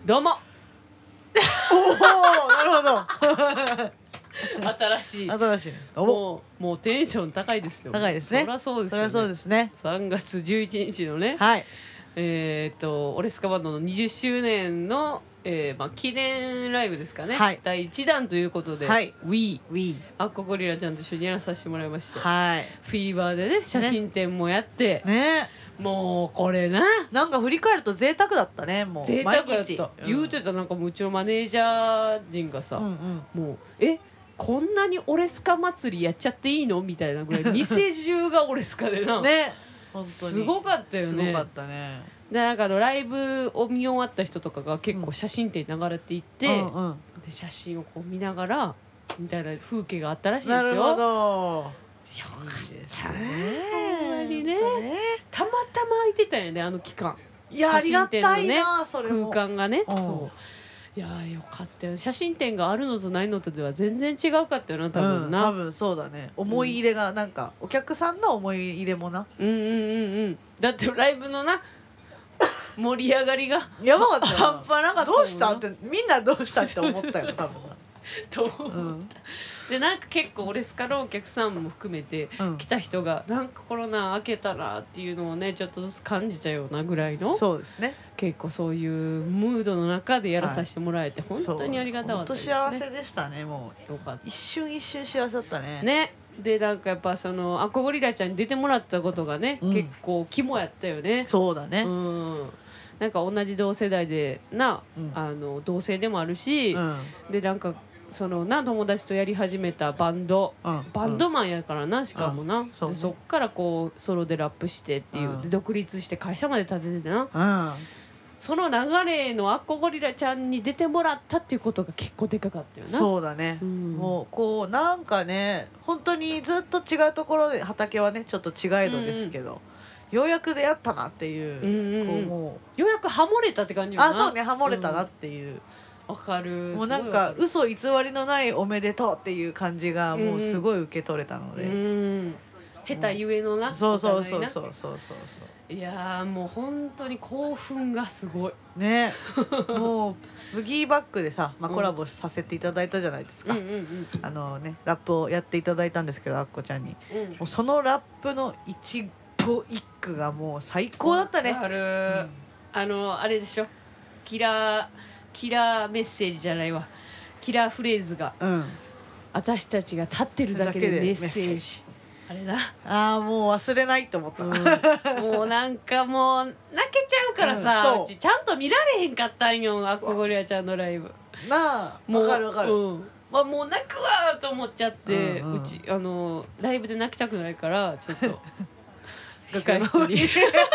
どうもおお、なるほど。 新しい新しい。 もうテンション高いですよ。 高いですね。 そりゃそうですよね。 そりゃそうですね。 3月11日のね、 はい。 オレスカバンドの20周年の、記念ライブですかね、 はい、 第1弾ということで、 はい、 Wii アッコゴリラちゃんと一緒にやらさせてもらいまして、 はい、 フィーバーでね写真展もやってね、 もうこれなんか振り返ると贅沢だったね。もう贅沢やった、言うてた。 た。なんかもううちのマネージャー陣がさ、もうこんなにオレスカ祭りやっちゃっていいのみたいなぐらい店中がオレスカでなね、本当にすごかったよね。 すごかったね。 でなんかライブを見終わった人とかが結構写真展流れていって、で写真をこう見ながらみたいな風景があったらしいですよ。 なるほど。 よかったね。ほんまにね、たまたま空いてたよね、あの期間。 いや、ありがたいな、それも空間がね。そういやよかったよ。写真展があるのとないのとでは全然違うかったよな、多分な。 多分そうだね。思い入れがなんか、お客さんの思い入れもな。 だってライブのな盛り上がりがやばかったよ。 半端なかったもんな。 どうしたってみんなどうしたって思ったよ多分。 と思った、でなんか結構オレスカのお客さんも含めて来た人が、なんかコロナ明けたらっていうのをねちょっとずつ感じたようなぐらいの、 そうですね、 結構そういうムードの中でやらさせてもらえて、本当にありがたかったですね。 本当幸せでしたね。もうよかった。 一瞬幸せだったね。 ねでなんかやっぱそのアッコゴリラちゃんに出てもらったことがね、結構肝やったよね。 そうだね。 なんか同じ同世代でな、同性でもあるし、でなんかそのな友達とやり始めたバンドマンやからな、しかもな、でそっからこうソロでラップしてっていう、で独立して会社まで立ててな、その流れのアッコゴリラちゃんに出てもらったっていうことが結構でかかったよな。 そうだね、もうこうなんかね、本当にずっと違うところで、畑はねちょっと違えどですけど、ようやく出会ったなっていう、こうもうようやくハモれたって感じよな。 そうね、ハモれたなっていう、 わかる。 もうなんか嘘偽りのないおめでとうっていう感じがもうすごい受け取れたので、 下手ゆえのな、 そういやもう本当に興奮がすごいね。もうブギーバックでさ、コラボさせていただいたじゃないですか。ラップをやっていただいたんですけど、あっこちゃんに、もうそのラップの一語一句がもう最高だったね。 あれでしょ、キラーメッセージじゃないわ、キラーフレーズが、私たちが立ってるだけでメッセージ、あれな。 もう忘れないと思った、 もうなんかもう泣けちゃうからさ、ちゃんと見られへんかったんよ、アッコゴリラちゃんのライブなあ。わかるわかる、 もう泣くわと思っちゃって、うちライブで泣きたくないからちょっと楽屋の方に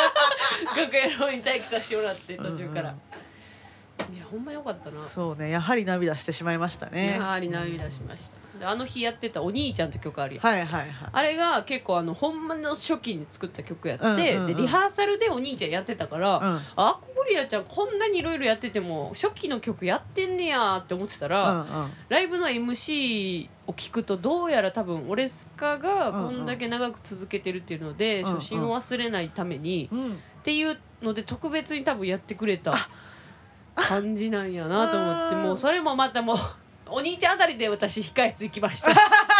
待機させてもらって、途中から。いやほんまよかったな。 そうね、やはり涙してしまいましたね。 やはり涙しました。であの日やってた「お兄ちゃん」って曲あるやん、あれが結構ほんまの初期に作った曲やって、でリハーサルでお兄ちゃんやってたから、アッコゴリラちゃんこんなにいろいろやってても初期の曲やってんねやって思ってたら、ライブの MC を聞くとどうやら多分オレスカがこんだけ長く続けてるっていうので、初心を忘れないために、っていうので特別に多分やってくれた感じなんやなと思って、もうそれもまたもうお兄ちゃんあたりで私控室行きました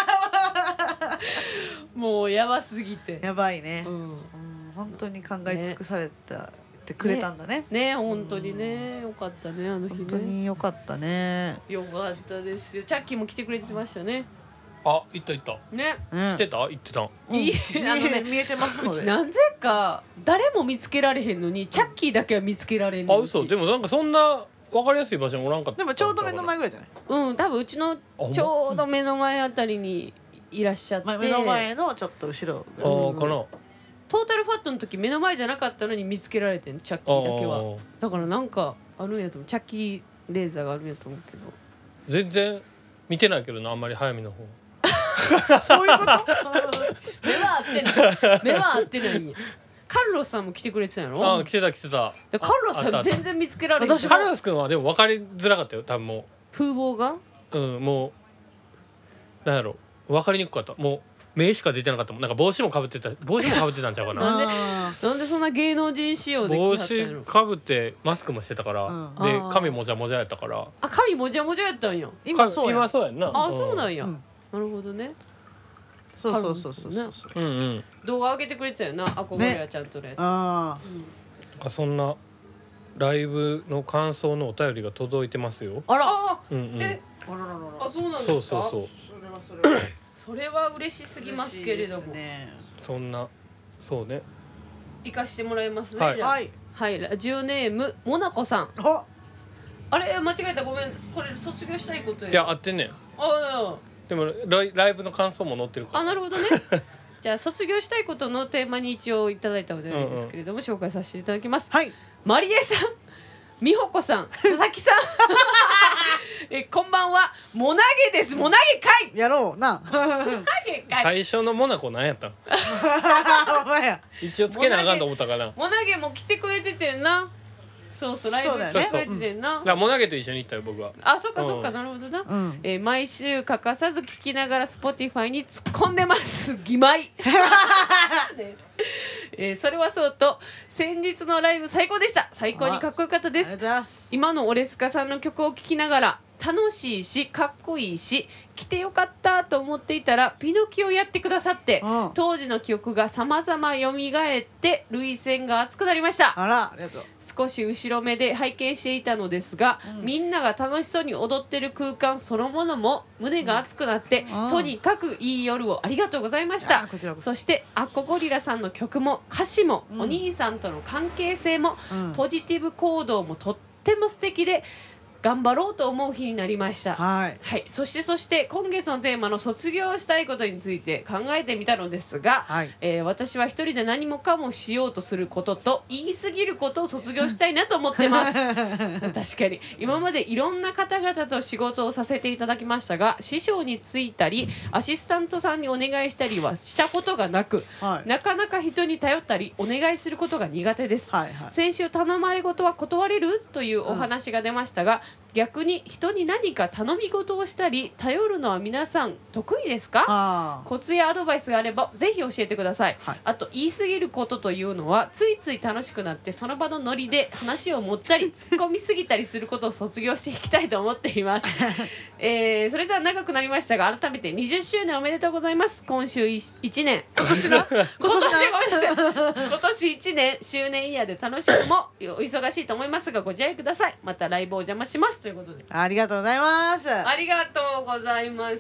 もうやばすぎて、 やばいね、本当に考え尽くされてくれたんだね。 ね、本当にね、よかったね、あの日ね。 本当によかったね。 よかったですよ。チャッキーも来てくれてましたね。 行ったね、 知ってた？行ってたん？ 見えてますので。 うちなんぜか誰も見つけられへんのにチャッキーだけは見つけられんの。 嘘。でもなんかそんな分かりやすい場所におらんかった。 でもちょうど目の前ぐらいじゃない？ 多分うちのちょうど目の前あたりにいらっしゃって、 目の前のちょっと後ろかな。 トータルファットの時目の前じゃなかったのに見つけられてん、チャッキーだけは。だからなんかあるんやと思う、チャッキーレーザーがあるんやと思うけど。 全然見てないけどな、あんまり早見の方。 そういうこと？ 目は合ってないんや。カルロスさんも来てくれてたやろ？ 来てた。 カルロスさん全然見つけられへん。 カルロス君はでも分かりづらかったよ、多分もう。 風貌が？ もうなんやろ、分かりにくかった。もう目しか出てなかったもん。なんか帽子もかぶってたんちゃうかな。 なんでそんな芸能人仕様で帽子かぶってマスクもしてたから、で髪もじゃもじゃやったから。 あ、髪もじゃもじゃやったんや。 今そうやんな。 あ、そうなんや。なるほどね。 そう。 うんうん。 動画上げてくれてたよな、あこごりあちゃんとのやつ。あ、 そんなライブの感想のお便りが届いてますよ。 あら、 あ、 そうなんですか。 そう。 それは嬉しすぎますけれども。 そんな、そうね。 行かしてもらいますね。はい。ラジオネームモナコさん。あれ間違えた、ごめん。これ卒業したいことや。 いや、合ってんねん。でもライブの感想も載ってるから。 あ、なるほどね。じゃあ卒業したいことのテーマに一応いただいたお便りですけれども、紹介させていただきます。はい。マリエさん、美穂子さん、佐々木さん。こんばんは。モナゲです。モナゲ会。 やろうな。 最初のモナコ何やったん？一応つけなあかんと思ったかな。 モナゲも来てくれててんな。そうそう、ライブしてくれててんな。 モナゲと一緒に行ったよ僕は。 あ、そっかそっか、なるほどな。毎週欠かさず聞きながら Spotify に突っ込んでます。義妹。それはそうと、先日のライブ最高でした。最高にかっこよかったです。今のオレスカさんの曲を聴きながら楽しいしかっこいいし来てよかったと思っていたらピノキオやってくださって、当時の記憶がさまざまよみがえって涙腺が熱くなりました。 ありがとう。 少し後ろ目で拝見していたのですが、みんなが楽しそうに踊ってる空間そのものも胸が熱くなって、とにかくいい夜をありがとうございました。そしてアッコゴリラさんの曲も歌詞も、お兄さんとの関係性も、ポジティブ行動もとっても素敵で頑張ろうと思う日になりました。はい、そして今月のテーマの卒業したいことについて考えてみたのですが、私は一人で何もかもしようとすることと言い過ぎることを卒業したいなと思ってます。確かに今までいろんな方々と仕事をさせていただきましたが、師匠についたりアシスタントさんにお願いしたりはしたことがなく、なかなか人に頼ったりお願いすることが苦手です。先週頼まれ事は断れるというお話が出ましたが、逆に人に何か頼み事をしたり頼るのは皆さん得意ですか？コツやアドバイスがあればぜひ教えてください。あと言い過ぎることというのはついつい楽しくなってその場のノリで話を持ったり突っ込みすぎたりすることを卒業していきたいと思っています。それでは長くなりましたが改めて20周年おめでとうございます。今年1年周年イヤーで楽しくもお忙しいと思いますがご自愛ください。またライブお邪魔しますということで。 ありがとうございます。 ありがとうございます。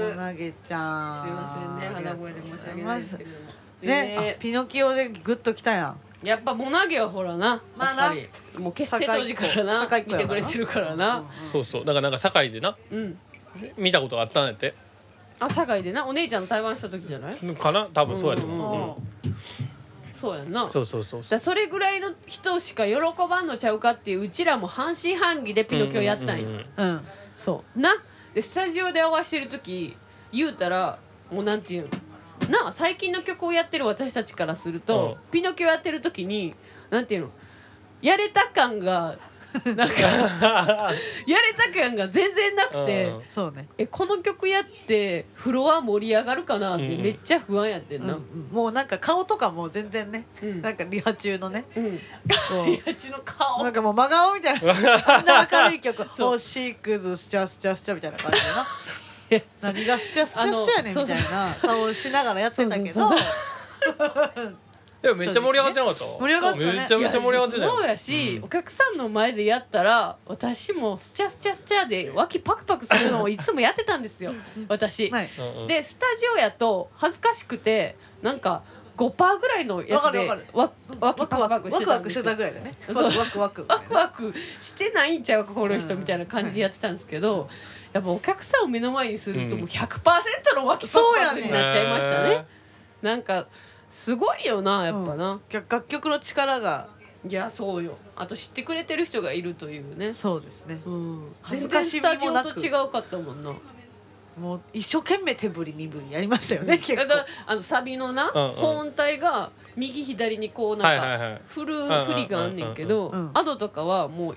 モナゲちゃん。 すいませんね、鼻声で申し訳ないですけども。 ね、ピノキオでグッときたやん。 やっぱモナゲはほらな、やっぱりもう結成当時からな見てくれてるからな。 そうだからなんか堺でな、見たことがあったんやって。 あ、堺でな、お姉ちゃんの台湾した時じゃない？ かな、多分そうやと思う。 そうやんな。 そう。 それぐらいの人しか喜ばんのちゃうかっていう、うちらも半信半疑でピノキオやったんや。そうな。でスタジオで合わせてる時言うたらもうなんていうのな、最近の曲をやってる私たちからすると、ピノキオやってる時になんていうの、やれた感がなんかやれた感が全然なくて、 そうね、 この曲やってフロア盛り上がるかなってめっちゃ不安やってんな。 もうなんか顔とかも全然ね、なんかリハ中のね、 リハ中の顔なんかもう真顔みたいな、あんな明るい曲「もうシークズスチャスチャスチャ」みたいな感じでな何がスチャスチャスチャやねんみたいな顔をしながらやってたけど、 いやめっちゃ盛り上がってなかった。 盛り上がったね。 めちゃめちゃ盛り上がってたよ。 そうやし、お客さんの前でやったら私もスチャスチャスチャで脇パクパクするのをいつもやってたんですよ私。でスタジオやと恥ずかしくてなんか5% ぐらいのやつでワクワクしてたんですよ。ワクワクしてたぐらいだね。ワクワクしてないんちゃうかこの人みたいな感じでやってたんですけど、やっぱお客さんを目の前にするともう 100% のワキパクパクになっちゃいましたね。なんかすごいよな、やっぱな、 楽曲の力が。 いやそうよ。あと知ってくれてる人がいるというね。 そうですね。 全然スタジオと違うかったもんな。 もう一生懸命手振り身振りやりましたよね。結構サビのな、高音帯が右左にこうなんか振りがあんねんけど、アドとかはもう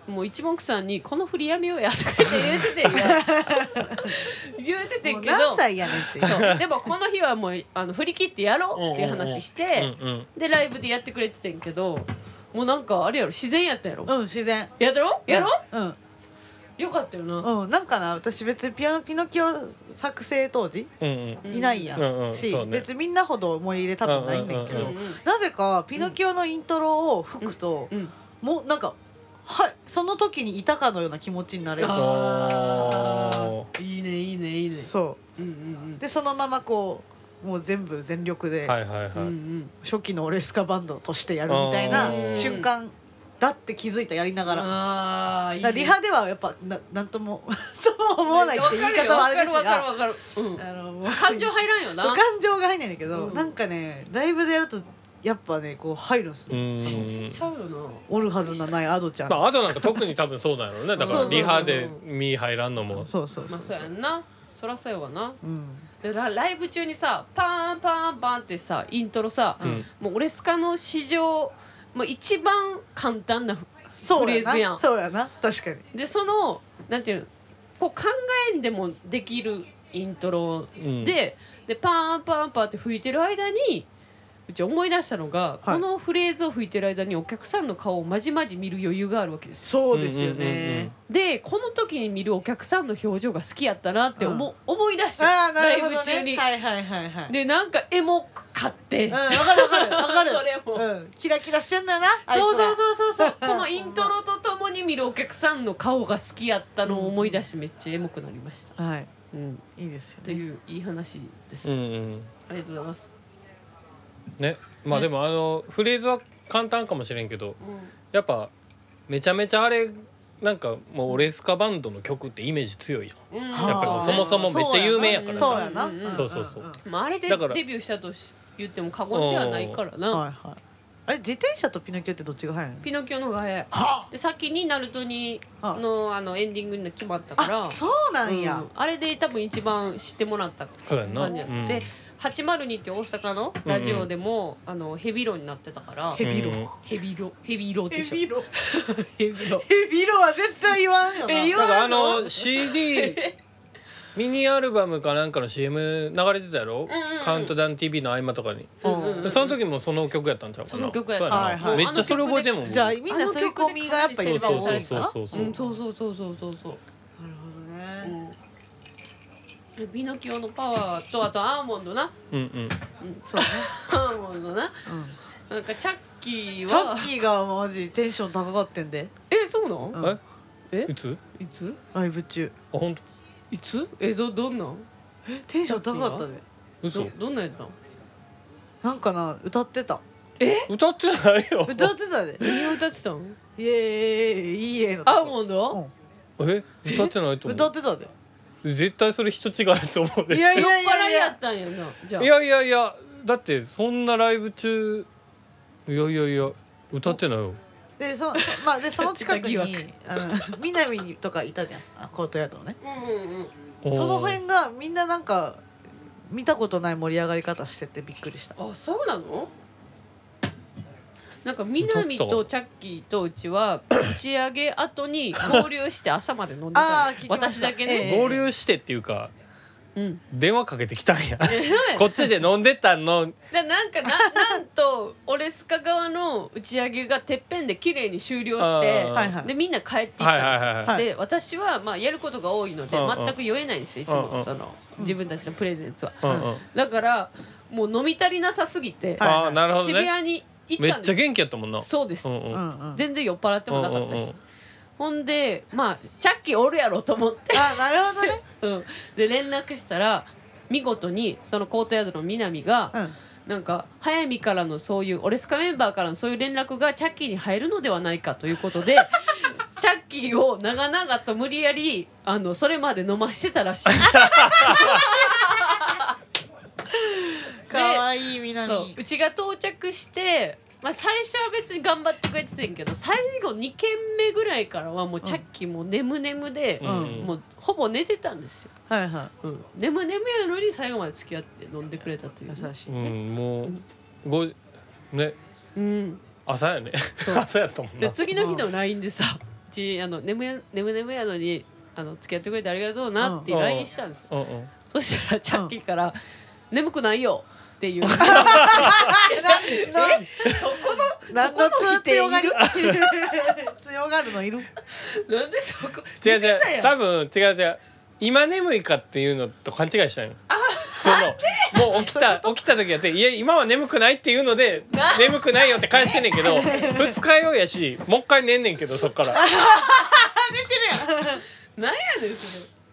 もう一目散にこの振りやめようやとか言っててんや言うててんけど何歳やねんってそうでもこの日はもう振り切ってやろうっていう話してでライブでやってくれててんけどもうなんかあれやろ自然やったやろ自然やろうよかったよななんかな私別にピノキオ作成当時いないやんし別にみんなほど思い入れ多分ないんだけどなぜかピノキオのイントロを吹くともうなんかその時にいたかのような気持ちになれる。 いいねいいねいいね。 そう。でそのままこうもう全部全力で初期のオレスカバンドとしてやるみたいな瞬間だって気づいたやりながら。リハではやっぱなんとも思わないって言い方はあれですが、 感情入らんよな。 感情が入んないんだけど、なんかねライブでやると。やっぱねこう入るんすよ。おるはずのないアドちゃん。 アドなんか特に多分そうなんやろね。だからリハで身入らんのも。 そうそうそうやんな。そらそうやわな。でライブ中にさパーンパーンパーンってさイントロさ、もうオレスカの史上もう一番簡単なフレーズやん。 そうやな確かに。 でそのなんていうのこう考えんでもできるイントロでパーンパーンパーって吹いてる間に。うち思い出したのが、このフレーズを吹いてる間にお客さんの顔をまじまじ見る余裕があるわけですよ。そうですよね。 でこの時に見るお客さんの表情が好きやったなって思い出してライブ中に。でなんかエモかって。 わかるわかるわかる。 それもキラキラしてんだよな。 そうこのイントロとともに見るお客さんの顔が好きやったのを思い出してめっちゃエモくなりました。 はい。いいですよね。 といういい話です。ありがとうございます。 ね、まあでもフレーズは簡単かもしれんけど、やっぱめちゃめちゃあれなんかもうオレスカバンドの曲ってイメージ強いやん。やっぱりそもそもめっちゃ有名やからさ。 そうやな。 そうそうそう。 あれでデビューしたと言っても過言ではないからな。 あれ自転車とピノキオってどっちが早いの？ ピノキオの方が早い。で先にナルトにのエンディングに決まったから。 そうなんや。 あれで多分一番知ってもらった感じやって。802って大阪のラジオでもヘビロになってたからヘビロでしょヘビロは絶対言わんよな。 なんかCD ミニアルバムかなんかの CM 流れてたやろ、カウントダウン TV の合間とかに、その時もその曲やったんちゃうかな。 その曲やった。 めっちゃそれ覚えてんもん。 じゃあみんな吸い込みがやっぱ一番多いんだ。 そうなるほどね。 ピノキオのパワーとあとアーモンドな。そうね。アーモンドな。なんかチャッキーがマジテンション高かってんで。 そうなん？ いつ？ ライブ中。 あ本当？ いつ？どんなん？ テンション高かったで。 嘘？どんなんやった？ なんかな歌ってた。 歌ってないよ。 歌ってたで。 何を歌ってたん？ いえの。 アーモンド？ 歌ってないと思う。 歌ってたで。 絶対それ人違うと思うで。 いややったんやな。 じゃあいやだってそんなライブ中いや歌ってないよ。 でその近くに南にとかいたじゃんコートヤードのね。その辺がみんななんか見たことない盛り上がり方しててびっくりした。 あそうなの？なんか南とチャッキーとうちは打ち上げ後に合流して朝まで飲んでた私だけね。 合流してっていうか、電話かけてきたんやこっちで飲んでたの。 なんとオレスカ側の打ち上げがてっぺんで綺麗に終了してでみんな帰っていったんですよ。で私はやることが多いので全く酔えないんですよいつも自分たちのプレゼンツは。だからもう飲み足りなさすぎて渋谷にめっちゃ元気やったもんな。 そうです。全然酔っ払ってもなかったし。ほんでチャッキーおるやろと思って。 なるほどね。 で連絡したら見事にそのコートヤードの南がなんか早見からのそういうオレスカメンバーからのそういう連絡がチャッキーに入るのではないかということでチャッキーを長々と無理やりそれまで飲ましてたらしい。 かわいい南。 うちが到着して、最初は別に頑張ってくれてたんけど最後2軒目ぐらいからはもうチャッキーも眠で、もうほぼ寝てたんですよ。眠やのに最後まで付き合って飲んでくれたという。 優しいね。 もう朝やね。朝やったもんな。 で次の日の LINE でさ眠やのに付き合ってくれてありがとうなって LINE したんですよ。そしたらチャッキーから「眠くないよ」っていうそこの何の強がり強がるのいる。 なんでそこ違う多分違う今眠いかっていうのと勘違いしたの。もう起きた時やって「いや今は眠くない」っていうので「眠くないよ」って返してんねんけど二日酔いやしもう一回寝んねんけどそっから寝てるやん。 なんやねんそ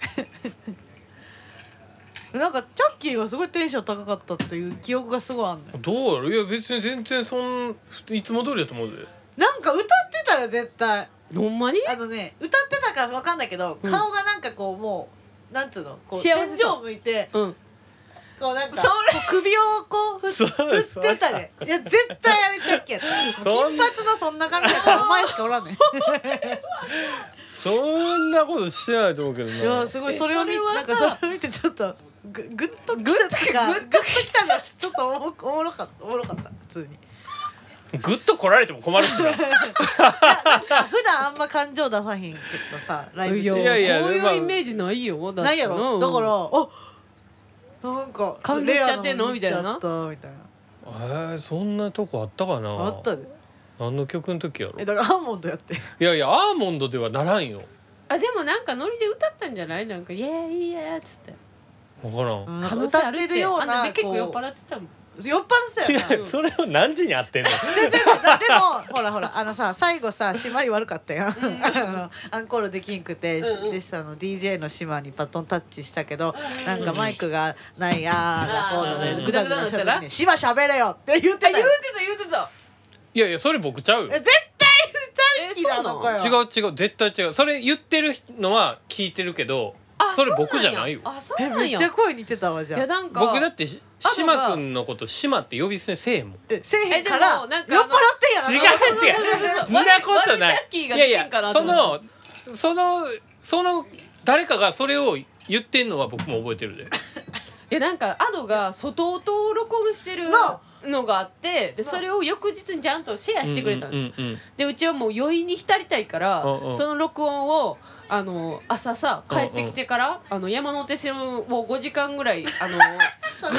れ。 なんかチャッキーがすごいテンション高かったっていう記憶がすごいあんのよ。 どうやろ。いや別に全然いつも通りだと思うで。 なんか歌ってたよ絶対。 ほんまに？ 歌ってたかわかんないけど、顔がなんかこうもうなんつうのこう天井向いて、こうなんか首をこう振ってたね。いや絶対あれチャッキーやった。金髪のそんな感じやったらお前しかおらんねん。 そんなことしてないと思うけどな。 いやすごいそれを見てちょっとグッときたのがちょっとおもろかった普通に。 グッと来られても困るしな。 なんか普段あんま感情出さへんけどさライブ中そういうイメージないよ。 ないやろ。だからなんか感動しちゃってんのみたいな。 そんなとこあったかな。 あったで。 何の曲の時やろ。 だからアーモンドやって。 いやアーモンドではならんよ。 でもなんかノリで歌ったんじゃない？なんかイエーイイエーっつって。 分からん。 可能性あるって。 歌ってるような結構酔っ払ってたもん。 酔っ払ってたよ。 違うそれを何時に会ってんの。 でもほらさ最後さ締まり悪かったやん。アンコールできんくてDJ の島にバトンタッチしたけどなんかマイクがないコードでグダグダした時に「島しゃべれよ」って言ってた。 言ってた。 いやそれ僕ちゃうよ。 絶対チャッキーなのかよ。 違う絶対違う。それ言ってるのは聞いてるけどそれ僕じゃないよ。 めっちゃ声似てたわじゃあ。 僕だって島君のこと島って呼び捨てせえへんもん。 せえへんから酔っ払ってんやろ。 違うそんなことない。いやいやその誰かがそれを言ってんのは僕も覚えてるで。 いやなんかAdoが外音を録音してるのがあってでそれを翌日にちゃんとシェアしてくれたの。でうちはもう酔いに浸りたいからその録音を朝さ帰ってきてから山手線を5時間ぐらいぐるぐる回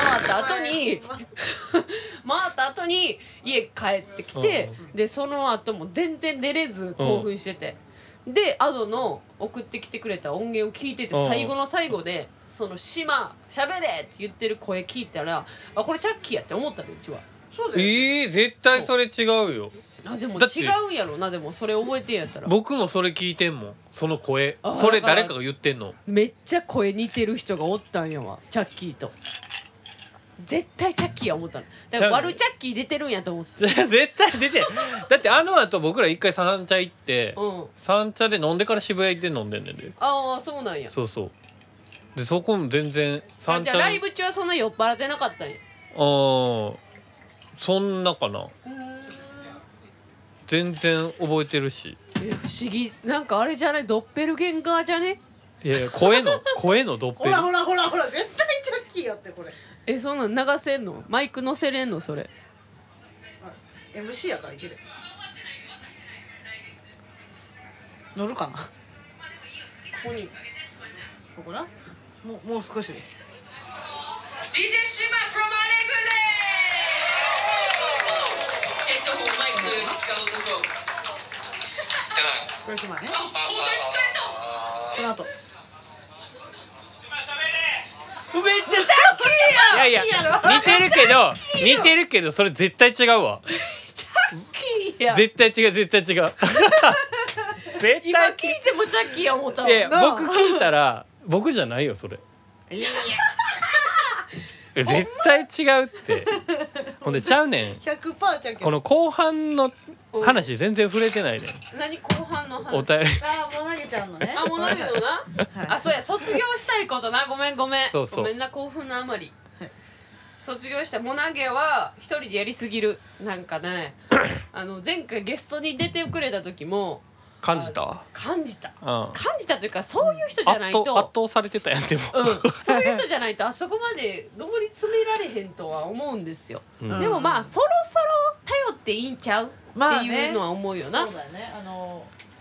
った後に家帰ってきてでその後も全然寝れず興奮しててでAdoの送ってきてくれた音源を聞いてて最後の最後でその島しゃべれって言ってる声聞いたらこれチャッキーやって思ったのうちは。 そうだよ。 絶対それ違うよ。 でも違うんやろな。でもそれ覚えてんやったら僕もそれ聞いてんもん。その声それ誰かが言ってんの。 めっちゃ声似てる人がおったんやわチャッキーと。絶対チャッキーや思ったの。だから悪チャッキー出てるんやと思って絶対出てる。だって後僕ら一回三茶行って三茶で飲んでから渋谷行って飲んでんねんで。 そうなんや。 そうでそこも全然三茶じゃあライブ中はそんな酔っ払ってなかったんや。 そんなかな。全然覚えてるし。 不思議。なんかあれじゃないドッペルゲンガーじゃね。 いや声のドッペル。 ほら絶対チャッキーやってこれ。 そんなん流せんの？マイク乗せれんのそれ。 MC やからいける。乗るかな。ここに。そこな。もう少しです。 DJ 島 from アレグレ。ヘッドホンマイクのように使うとこ。 これ島ね。 本当に使えた。 この後。 めっちゃチャッキーやん。 いや似てるけどそれ絶対違うわ。 チャッキーやん。 絶対違う絶対違う。 今聞いてもチャッキーや思ったわ。 いや僕聞いたら僕じゃないよそれ。絶対違うって。ほんでちゃうねん。 100%チャッキー。 この後半の話全然触れてないねん。 何後半の話。 お便り。 もう投げちゃうのね。 もう投げるのな。そうや卒業したいことな。ごめん。ごめんな興奮のあまり。卒業したモナゲは一人でやりすぎる。なんかね前回ゲストに出てくれた時も感じたというかそういう人じゃないと圧倒されてたやんでも、 そういう人じゃないとあそこまで上り詰められへんとは思うんですよ、でもそろそろ頼っていいんちゃうっていうのは思うよな。 そうだよね。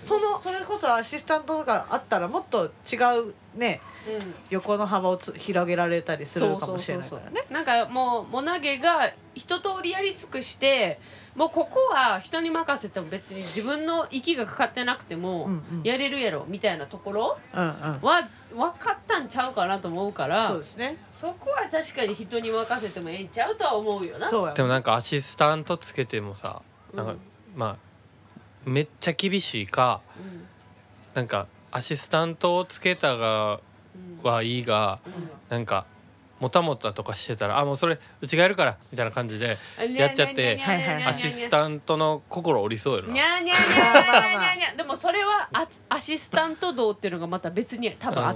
それこそアシスタントとかあったらもっと違うね、横の幅を広げられたりするかもしれないからね。 なんかもうモナゲが一通りやり尽くして、もうここは人に任せても別に自分の息がかかってなくてもやれるやろみたいなところは分かったんちゃうかなと思うから、 そうですね、 そこは確かに人に任せてもええんちゃうとは思うよな。 そうや、 でもなんかアシスタントつけてもさ、なんかまあめっちゃ厳しいか、なんかアシスタントをつけたがはいいが、なんかもたもたとかしてたら、あもうそれうちがやるからみたいな感じでやっちゃってアシスタントの心折りそうよな。 にゃにゃにゃにゃにゃでもそれはアシスタント道っていうのがまた別に多分あって、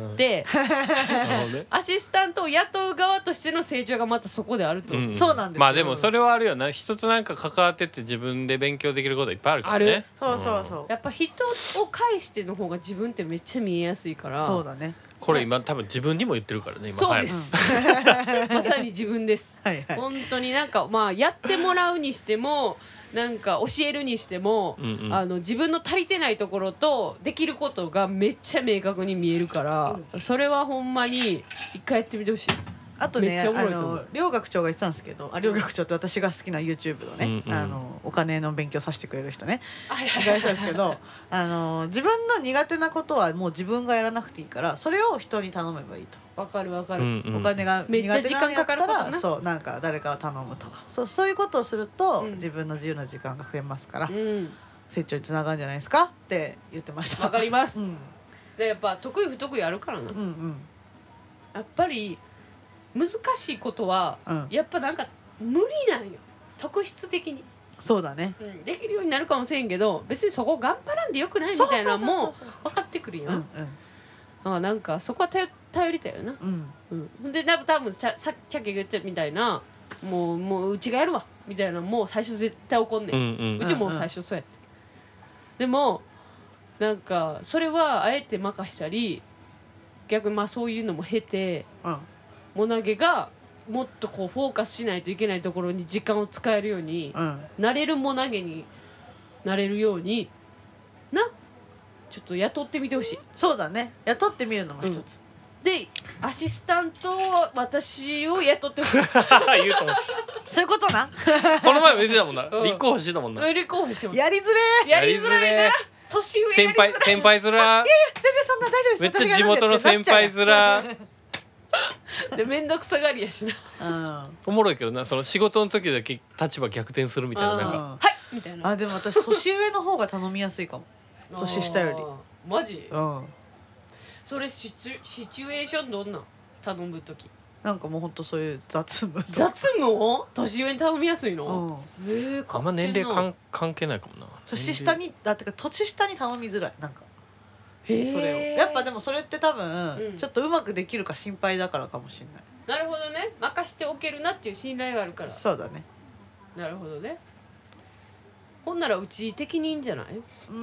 アシスタントを雇う側としての成長がまたそこであると思う。 そうなんですよ。 まあでもそれはあるよな。一つなんか関わってって自分で勉強できることいっぱいあるからね。 そうそうそう。 やっぱ人を介しての方が自分ってめっちゃ見えやすいから。 そうだね。 これ今多分自分にも言ってるからね今。 そうです。まさに自分です。本当になんかまあやってもらうにしてもなんか教えるにしても、自分の足りてないところとできることがめっちゃ明確に見えるから、それはほんまに一回やってみてほしい。 あとね、両学長が言ってたんですけど、両学長って私が好きな YouTube のね、お金の勉強させてくれる人ね、言ってたんですけど、自分の苦手なことはもう自分がやらなくていいから、それを人に頼めばいいと。 わかるわかる。 お金が苦手なんやったら、そうなんか誰かを頼むとか、そういうことをすると自分の自由な時間が増えますから、成長につながるんじゃないですかって言ってました。 わかります。でやっぱ得意不得意あるからな。やっぱり難しいことは、やっぱなんか無理なんよ、特質的に。 そうだね、 できるようになるかもしれんけど、別にそこ頑張らんでよくないみたいなのも分かってくるよ。なんかそこは頼りたいよな。で多分さっき言ってたみたいな、もううちがやるわみたいなのも最初絶対起こんねん。うちも最初そうやって。でもなんかそれはあえて任したり、逆にまあそういうのも経て、モナゲがもっとこうフォーカスしないといけないところに時間を使えるように、なれるモナゲになれるようにな、ちょっと雇ってみてほしい。 そうだね、雇ってみるのも一つ、 でアシスタントを私を雇ってほしい。言うと思う。 そういうことな。 この前も言ってたもんな。立候補してたもんな。 立候補してもやりづれ。 やりづらいな。年上先輩面。いやいや全然そんな大丈夫です。 めっちゃ地元の先輩面。 で面倒くさがりやしな。おもろいけどな、その仕事の時だけ立場逆転するみたいな、なんかはいみたいな。 でも私年上の方が頼みやすいかも。年下より。 マジ？それシチュエーションどんな？頼む時。 なんかもうほんとそういう雑務。 雑務を年上に頼みやすいの？ あんま年齢関係ないかもな。 年下にてか年下に頼みづらい、なんか。それをやっぱでもそれって多分ちょっとうまくできるか心配だからかもしれない。 なるほどね、任しておけるなっていう信頼があるから。 そうだね。 なるほどね。ほんならうち的にいいんじゃない？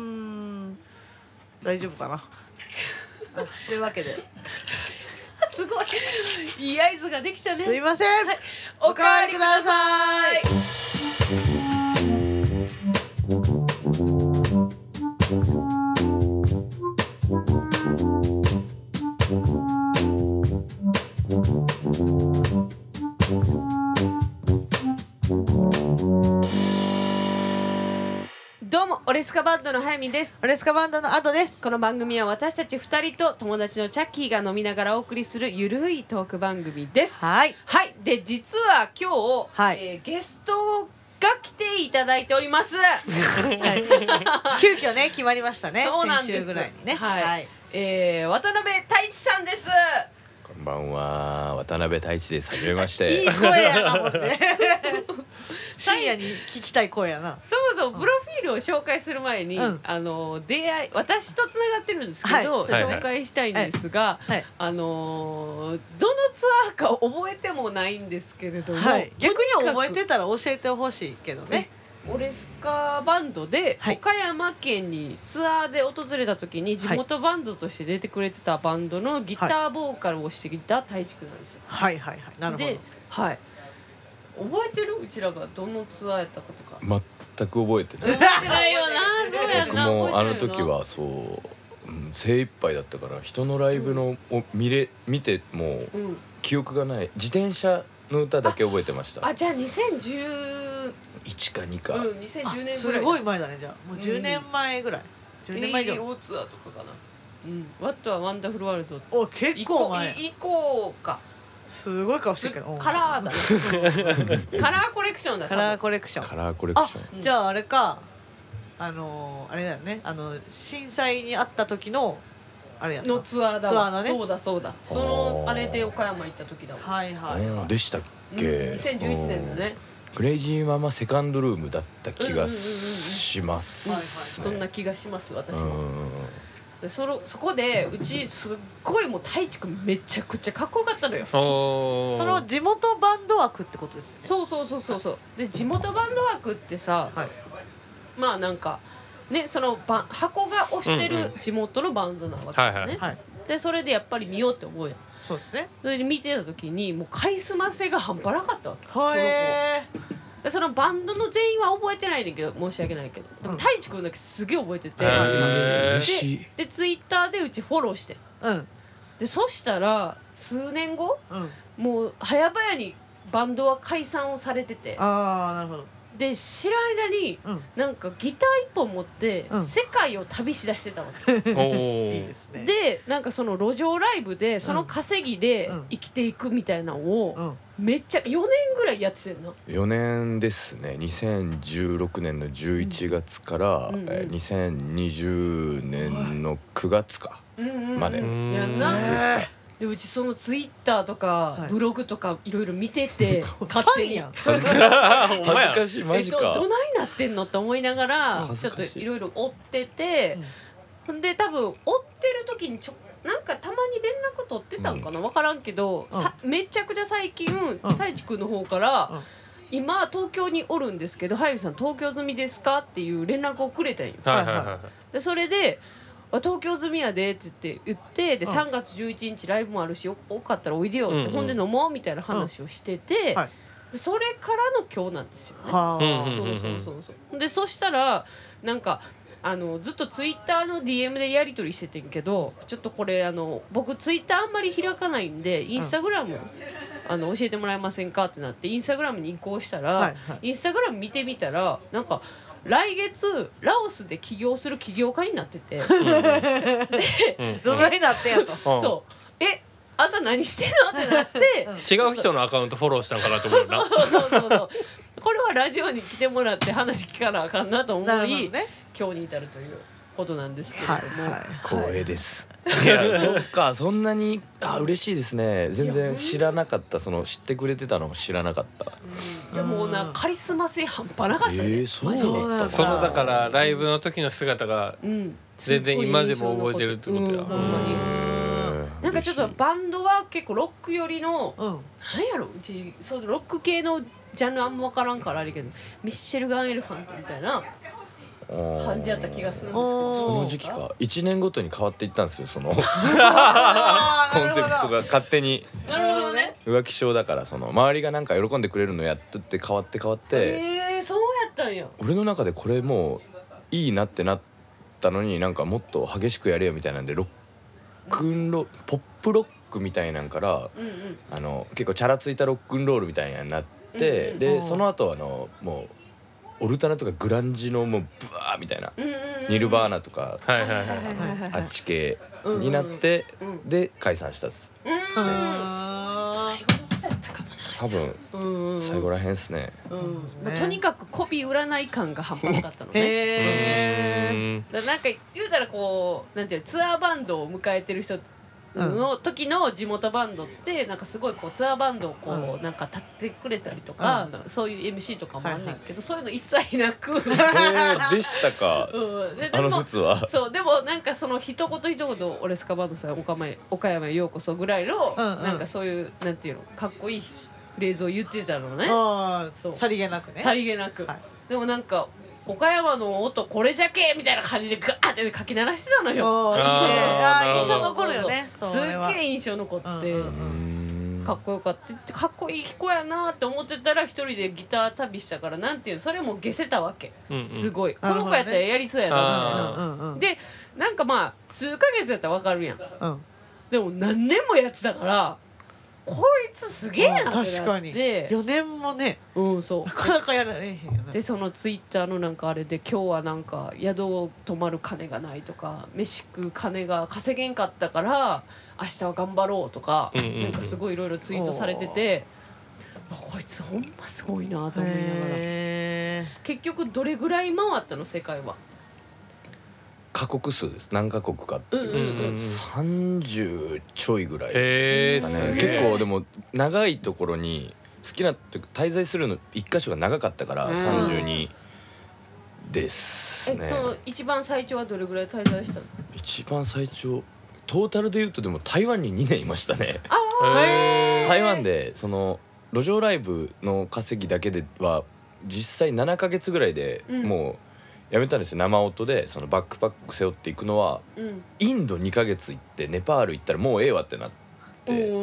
大丈夫かな。というわけで。 すごいいい合図ができたね。 すいません。おかわりください。 どうもオレスカバンドの早見です。 オレスカバンドのアドです。 この番組は私たち2人と友達のチャッキーが飲みながらお送りするゆるいトーク番組です。 はい。 で実は今日、ゲストが来ていただいております。 急遽ね決まりましたね。 そうなんです。 先週ぐらいにね。 渡辺太一さんです。 こんばんは、渡辺太一です。はじめまして。 いい声やな、ほんで。深夜に聞きたい声やな。 そもそもプロフィールを紹介する前に、私とつながってるんですけど、紹介したいんですが、どのツアーか覚えてもないんですけれども、 逆に覚えてたら教えてほしいけどね。 オレスカバンドで岡山県にツアーで訪れた時に地元バンドとして出てくれてたバンドのギターボーカルをしてきた太一くんなんですよ。なるほど。で覚えてる？うちらがどのツアーやったかとか。 全く覚えてない。 覚えてないよな。そうや僕な。 もあの時はそう、精一杯だったから人のライブのを見ても記憶がない。自転車の歌だけ覚えてました。 あ、じゃあ2011 1か2か。 2010年ぐらい。 すごい前だね。じゃあもう10年前ぐらい。10年前以上。 大ツアーとかかな。What a Wonderful World。 お、結構前。 行こうか。 すごい顔してるけど。 カラーだね。カラーコレクションだ。 カラーコレクション。 カラーコレクション。 じゃああれか。あれだよね。震災にあった時のあれやのツアーだ。 ツアーだね。 そうだ。そのあれで岡山行った時だわ。 はいはい。 でしたっけ。 2011年だね。 クレイジーママセカンドルームだった気がします。 そんな気がします私も。そこでうちすっごいもう太一くんめちゃくちゃかっこよかったのよ。 その地元バンド枠ってことですよね。 そうで地元バンド枠ってさ、まあなんかねその箱が推してる地元のバンドなわけだね。でそれでやっぱり見ようって思うやん。 そうですね。 それで見てた時にもうカリスマ性が半端なかったわけ。でそのバンドの全員は覚えてないんだけど申し訳ないけど、でも太一くんだけすげえ覚えてて、でツイッターでうちフォローして、でそしたら数年後、もう早々にバンドは解散をされてて、 なるほど。 で知らん間に、なんかギター一本持って世界を旅しだしてたわけ。いいですね。 でなんかその路上ライブでその稼ぎで生きていくみたいなのをめっちゃ4年ぐらいやっててんの。 4年ですね。2016年の11月から2020年の9月かまでやんな。でうちそのツイッターとかブログとかいろいろ見てて勝手に恥ずかしい。マジか。 どないなってんのって思いながらちょっといろいろ追ってて、ほんで多分追ってる時になんかたまに連絡取ってたんかな、分からんけど、めちゃくちゃ最近太一くんの方から「今東京におるんですけど速水さん東京済みですか?」っていう連絡をくれたんよ。でそれで東京済みやでって言ってで3月11日ライブもあるしよかったらおいでよって、ほんで飲もうみたいな話をしてて、でそれからの今日なんですよね。そうでそしたらなんかずっとツイッターの DM でやり取りしててんけど、ちょっとこれ僕ツイッターあんまり開かないんでインスタグラム教えてもらえませんかってなってインスタグラムに移行したら、インスタグラム見てみたらなんか来月ラオスで起業する起業家になってて、 どないなってんやと。 そうあんた何してんのってなって違う人のアカウントフォローしたんかなと思うな。 そうこれはラジオに来てもらって話聞かなあかんなと思い、今日に至るということなんですけれども、 光栄です。いやそっか、そんなに嬉しいですね。全然知らなかった。知ってくれてたのも知らなかった。 いやもうカリスマ性半端なかったね。 そうだった。 そのだからライブの時の姿が全然今でも覚えてるってことや。 なんかちょっとバンドは結構ロック寄りの、なんやろうちそうロック系のジャンルあんま分からんからあれけどミッシェルガン・エレファントみたいな感じやった気がするんですけど、 その時期か1年ごとに変わっていったんですよ。そのコンセプトが勝手に。 なるほどね。 浮気症だから周りがなんか喜んでくれるのやっとって変わってそうやったんや。 俺の中でこれもういいなってなったのになんかもっと激しくやれよみたいなんでロックンロールポップロックみたいなんから、結構チャラついたロックンロールみたいになって、でその後もうオルタナとかグランジのもうブワーみたいなニルバーナとかあっち系になってで解散したっす。多分最後らへんっすね。 とにかくコピー占い感が半端なかったのね。なんか言うたらこうなんていうツアーバンドを迎えてる人の時の地元バンドってなんかすごいこうツアーバンドをこうなんか立ててくれたりとか、そういう MC とかもあんねんけど、そういうの一切なくでしたか。説はそうでもなんかその一言一言オレスカバンドさん岡山へようこそぐらいのなんかそういうなんていうのかっこいいフレーズを言ってたのね。 さりげなくね。 さりげなく、でもなんか岡山の音これじゃけみたいな感じでガーって書き鳴らしてたのよ。 いいね。印象残るよね。 すっげえ印象残って。 かっこよかったってかっこいい子やなって思ってたら一人でギター旅したからなんていうそれも下せたわけ、すごいこの子やったらやりそうやなみたいな、でなんかまあ数ヶ月やったら分かるやん、でも何年もやってたからこいつすげえなってなって、 確かに4年もね、 そうなかなかやられへんよね。 でそのツイッターのなんかあれで今日はなんか宿を泊まる金がないとか飯食う金が稼げんかったから明日は頑張ろうとか、なんかすごいいろいろツイートされてて、こいつほんますごいなと思いながら。結局どれぐらい回ったの世界は？ カ国数です。何カ国かっていうんですか、30ちょいぐらいですかね。結構でも長いところに好きな滞在するの一箇所が長かったから32ですね。 その一番最長はどれぐらい滞在したの？ 一番最長トータルで言うとでも台湾に2年いましたね。台湾でその路上ライブの稼ぎだけでは実際7ヶ月ぐらいでもうやめたんですよ。生音でそのバックパック背負っていくのは、インド2ヶ月行ってネパール行ったらもうええわってなって、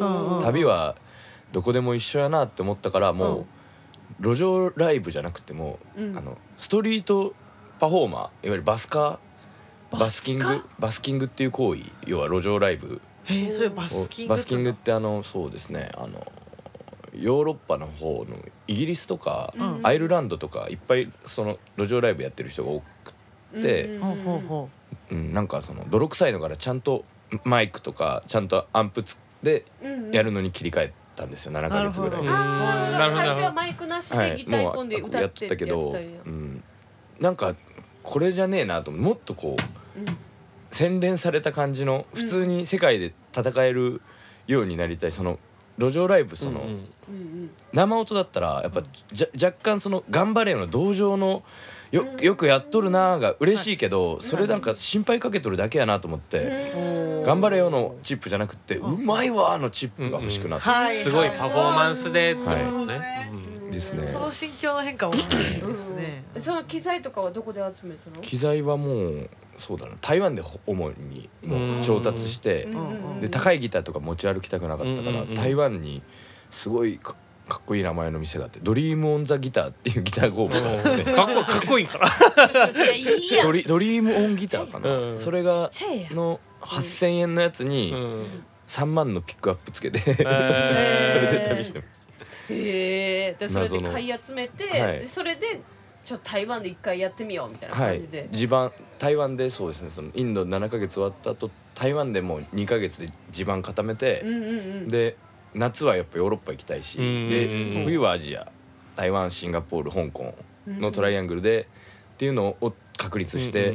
旅はどこでも一緒やなって思ったからもう路上ライブじゃなくても、ストリートパフォーマーいわゆるバスキングっていう行為、要は路上ライブ。 それバスキングってそうですね、ヨーロッパの方のイギリスとか、アイルランドとかいっぱいその路上ライブやってる人が多くて、なんかその泥臭いのからちゃんとマイクとかちゃんとアンプでやるのに切り替えたんですよ、7ヶ月ぐらい。 最初はマイクなしでギター一本で歌ってやってたけど、なんかこれじゃねえなと思って、もっとこう洗練された感じの普通に世界で戦えるようになりたい。その路上ライブその生音だったらやっぱ若干その頑張れよの同情のよくやっとるなーが嬉しいけど、それなんか心配かけとるだけやなと思って、頑張れよのチップじゃなくてうまいわーのチップが欲しくなって、 すごいパフォーマンスでってことね。 ですね。 その心境の変化もいいですね。 その機材とかはどこで集めたの？ 機材はもうそうだな、台湾で主にもう調達して、で高いギターとか持ち歩きたくなかったから、台湾にすごいかっこいい名前の店があって、ドリームオンザギターっていうギター工房があって、 かっこいいからドリームオンギターかな、それがの8000円のやつに3万のピックアップつけてそれで旅してます。 でそれで買い集めて、でそれで台湾で一回やってみようみたいな感じで、 台湾でそうですね、そのインド7ヶ月終わった後台湾でもう2ヶ月で地盤固めて、で夏はやっぱヨーロッパ行きたいし、で冬はアジア、台湾、シンガポール、香港のトライアングルでっていうのを確立して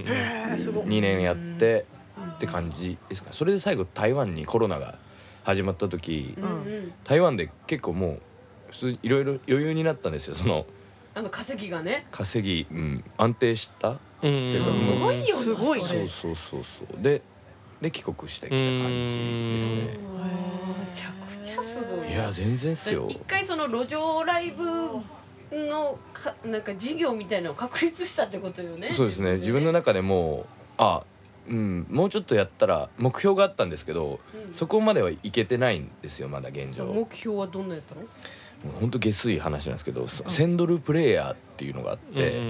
2年やってって感じですか。それで最後台湾にコロナが始まった時、台湾で結構もう普通いろいろ余裕になったんですよ。その稼ぎがね、 安定した、 すごいよね。 すごい。 そうで帰国してきた感じですね。 めちゃくちゃすごい。 いや全然っすよ。 一回その路上ライブのなんか事業みたいなのを確立したってことよね。 そうですね。自分の中でももうちょっとやったら目標があったんですけど、そこまではいけてないんですよまだ現状。 目標はどんなやったの？ 本当下水話なんですけど、1000ドルプレイヤーっていうのがあって、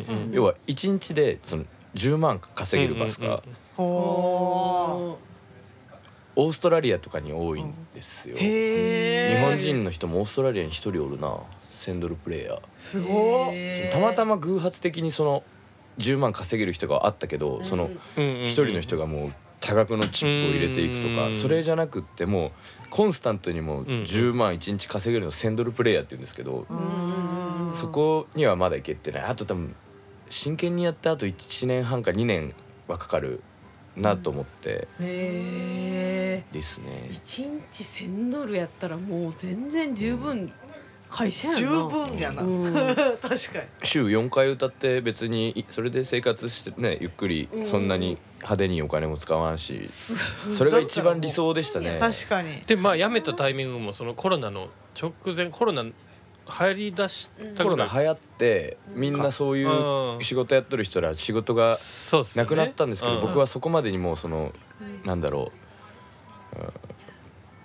要は1日でその10万稼げるバスがオーストラリアとかに多いんですよ。日本人の人もオーストラリアに1人おるな、1000ドルプレイヤー。 すごい。 たまたま偶発的にその10万稼げる人があったけど、その1人の人がもう多額のチップを入れていくとか、それじゃなくってもうコンスタントにもう10万1日稼げるの1000ドルプレイヤーって言うんですけど、そこにはまだいけてない。あと多分真剣にやってあと1年半か2年はかかるなと思ってですね。 1日1000ドルやったらもう全然十分会社やな。 十分やな、確かに。 週4回歌って別にそれで生活してね、ゆっくりそんなに派手にお金も使わんし、それが一番理想でしたね。 確かに。 で辞めたタイミングもそのコロナの直前、コロナ入り出したコロナ流行ってみんなそういう仕事やってる人ら仕事がなくなったんですけど、僕はそこまでにもうそのなんだろう、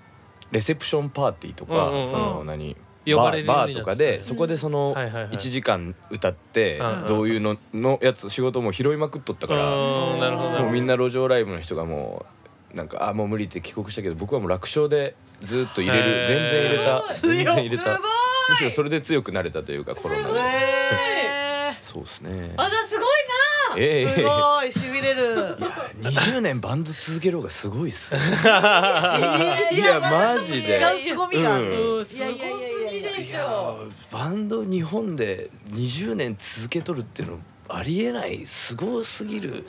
レセプションパーティーとか、 うんうんうん、 その何バーとかでそこでその1時間歌ってどういうのやつ仕事も拾いまくっとったから、もうみんな路上ライブの人がもうなんかもう無理って帰国したけど、僕はもう楽勝でずっと入れる、全然入れた、全然入れた、むしろそれで強くなれたというか、コロナで。そうですね。 あ、じゃあすごいな。 すごいしびれる。 いや20年バンド続ける方がすごいっすね。いやマジで違う凄みがある。 いやいやいやいや、 バンド日本で20年続けとるっていうのありえない、すごすぎる。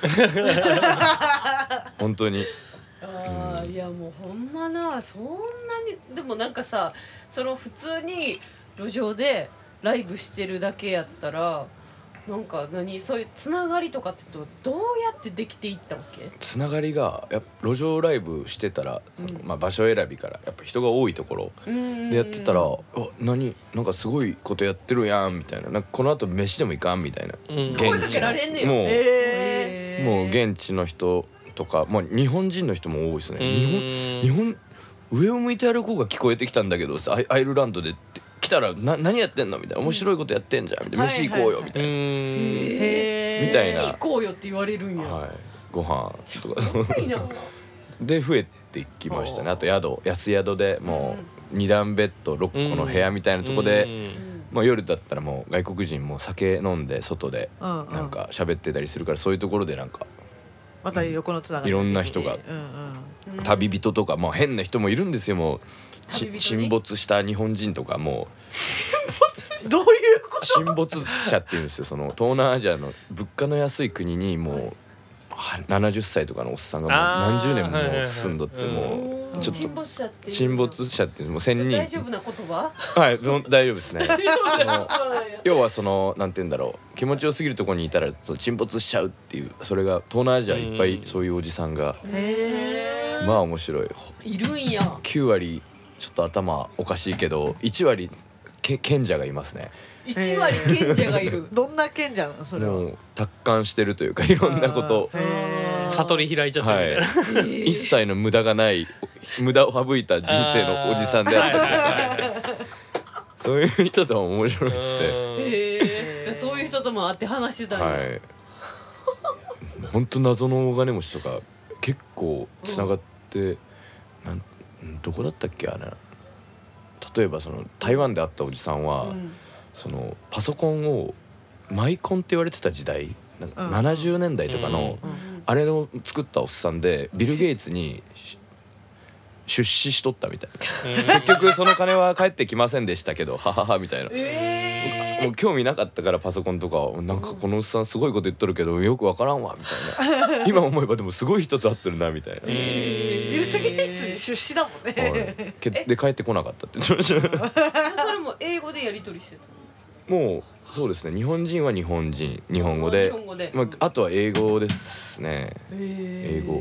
本当に。 いやもうほんまな、そんなにでもなんかさ、その普通に路上でライブしてるだけやったら。なんかそういうつながりとかってどうやってできていったわけ？ つながりがやっぱ路上ライブしてたらその、場所選びからやっぱ人が多いところでやってたら、なんかすごいことやってるやんみたいな、なんかこの後飯でも行かんみたいな、 声かけられんねん。 もう現地の人とか、日本人の人も多いですね。日本上を向いて歩こうが聞こえてきたんだけどさ、アイルランドで来たら何やってんのみたいな、面白いことやってんじゃんみたいな、飯行こうよみたいな、みたいな、 飯行こうよって言われるんや。 ご飯とかで増えていきましたね。あと安宿でもう2段ベッド6個の部屋みたいなとこで、夜だったらもう外国人も酒飲んで外でなんか喋ってたりするから、そういうところでなんかまた横のつながり、 いろんな人が旅人とか、変な人もいるんですよ。もう沈没した日本人とかもうどういうこと？ 沈没者っていうんですよ。その東南アジアの物価の安い国にもう70歳とかのおっさんがもう何十年も住んどって、もうちょっと沈没者っていうのも1000人、 大丈夫な言葉？ はい、大丈夫ですね。要はそのなんて言うんだろう、気持ちよすぎるところにいたら沈没しちゃうっていう、それが東南アジアいっぱいそういうおじさんが、面白い。 いるんや。 9割ちょっと頭おかしいけど1割賢者がいますね。 1割賢者がいる。 どんな賢者なのそれは？ もう達観してるというか、いろんなこと悟り開いちゃってるみたいな、 一切の無駄がない、無駄を省いた人生のおじさんであったり、そういう人とは面白いですね。 そういう人とも会って話してたんや。 本当謎の大金持ちとか結構つながって、どこだったっけ例えばその台湾で会ったおじさんは、そのパソコンをマイコンって言われてた時代、なんか70年代とかのあれを作ったおっさんで、ビル・ゲイツに出資しとったみたいな。結局その金は返ってきませんでしたけど、はははみたいな。もう興味なかったからパソコンとか、なんかこのおっさんすごいこと言っとるけどよくわからんわみたいな。今思えばでもすごい人と会ってるなみたいな。 ビル・ゲイツに出資だもんね。 で帰ってこなかったって言ってました。 それも英語でやり取りしてたの？もうそうですね。日本人は日本人、日本語で、あとは英語ですね。英語。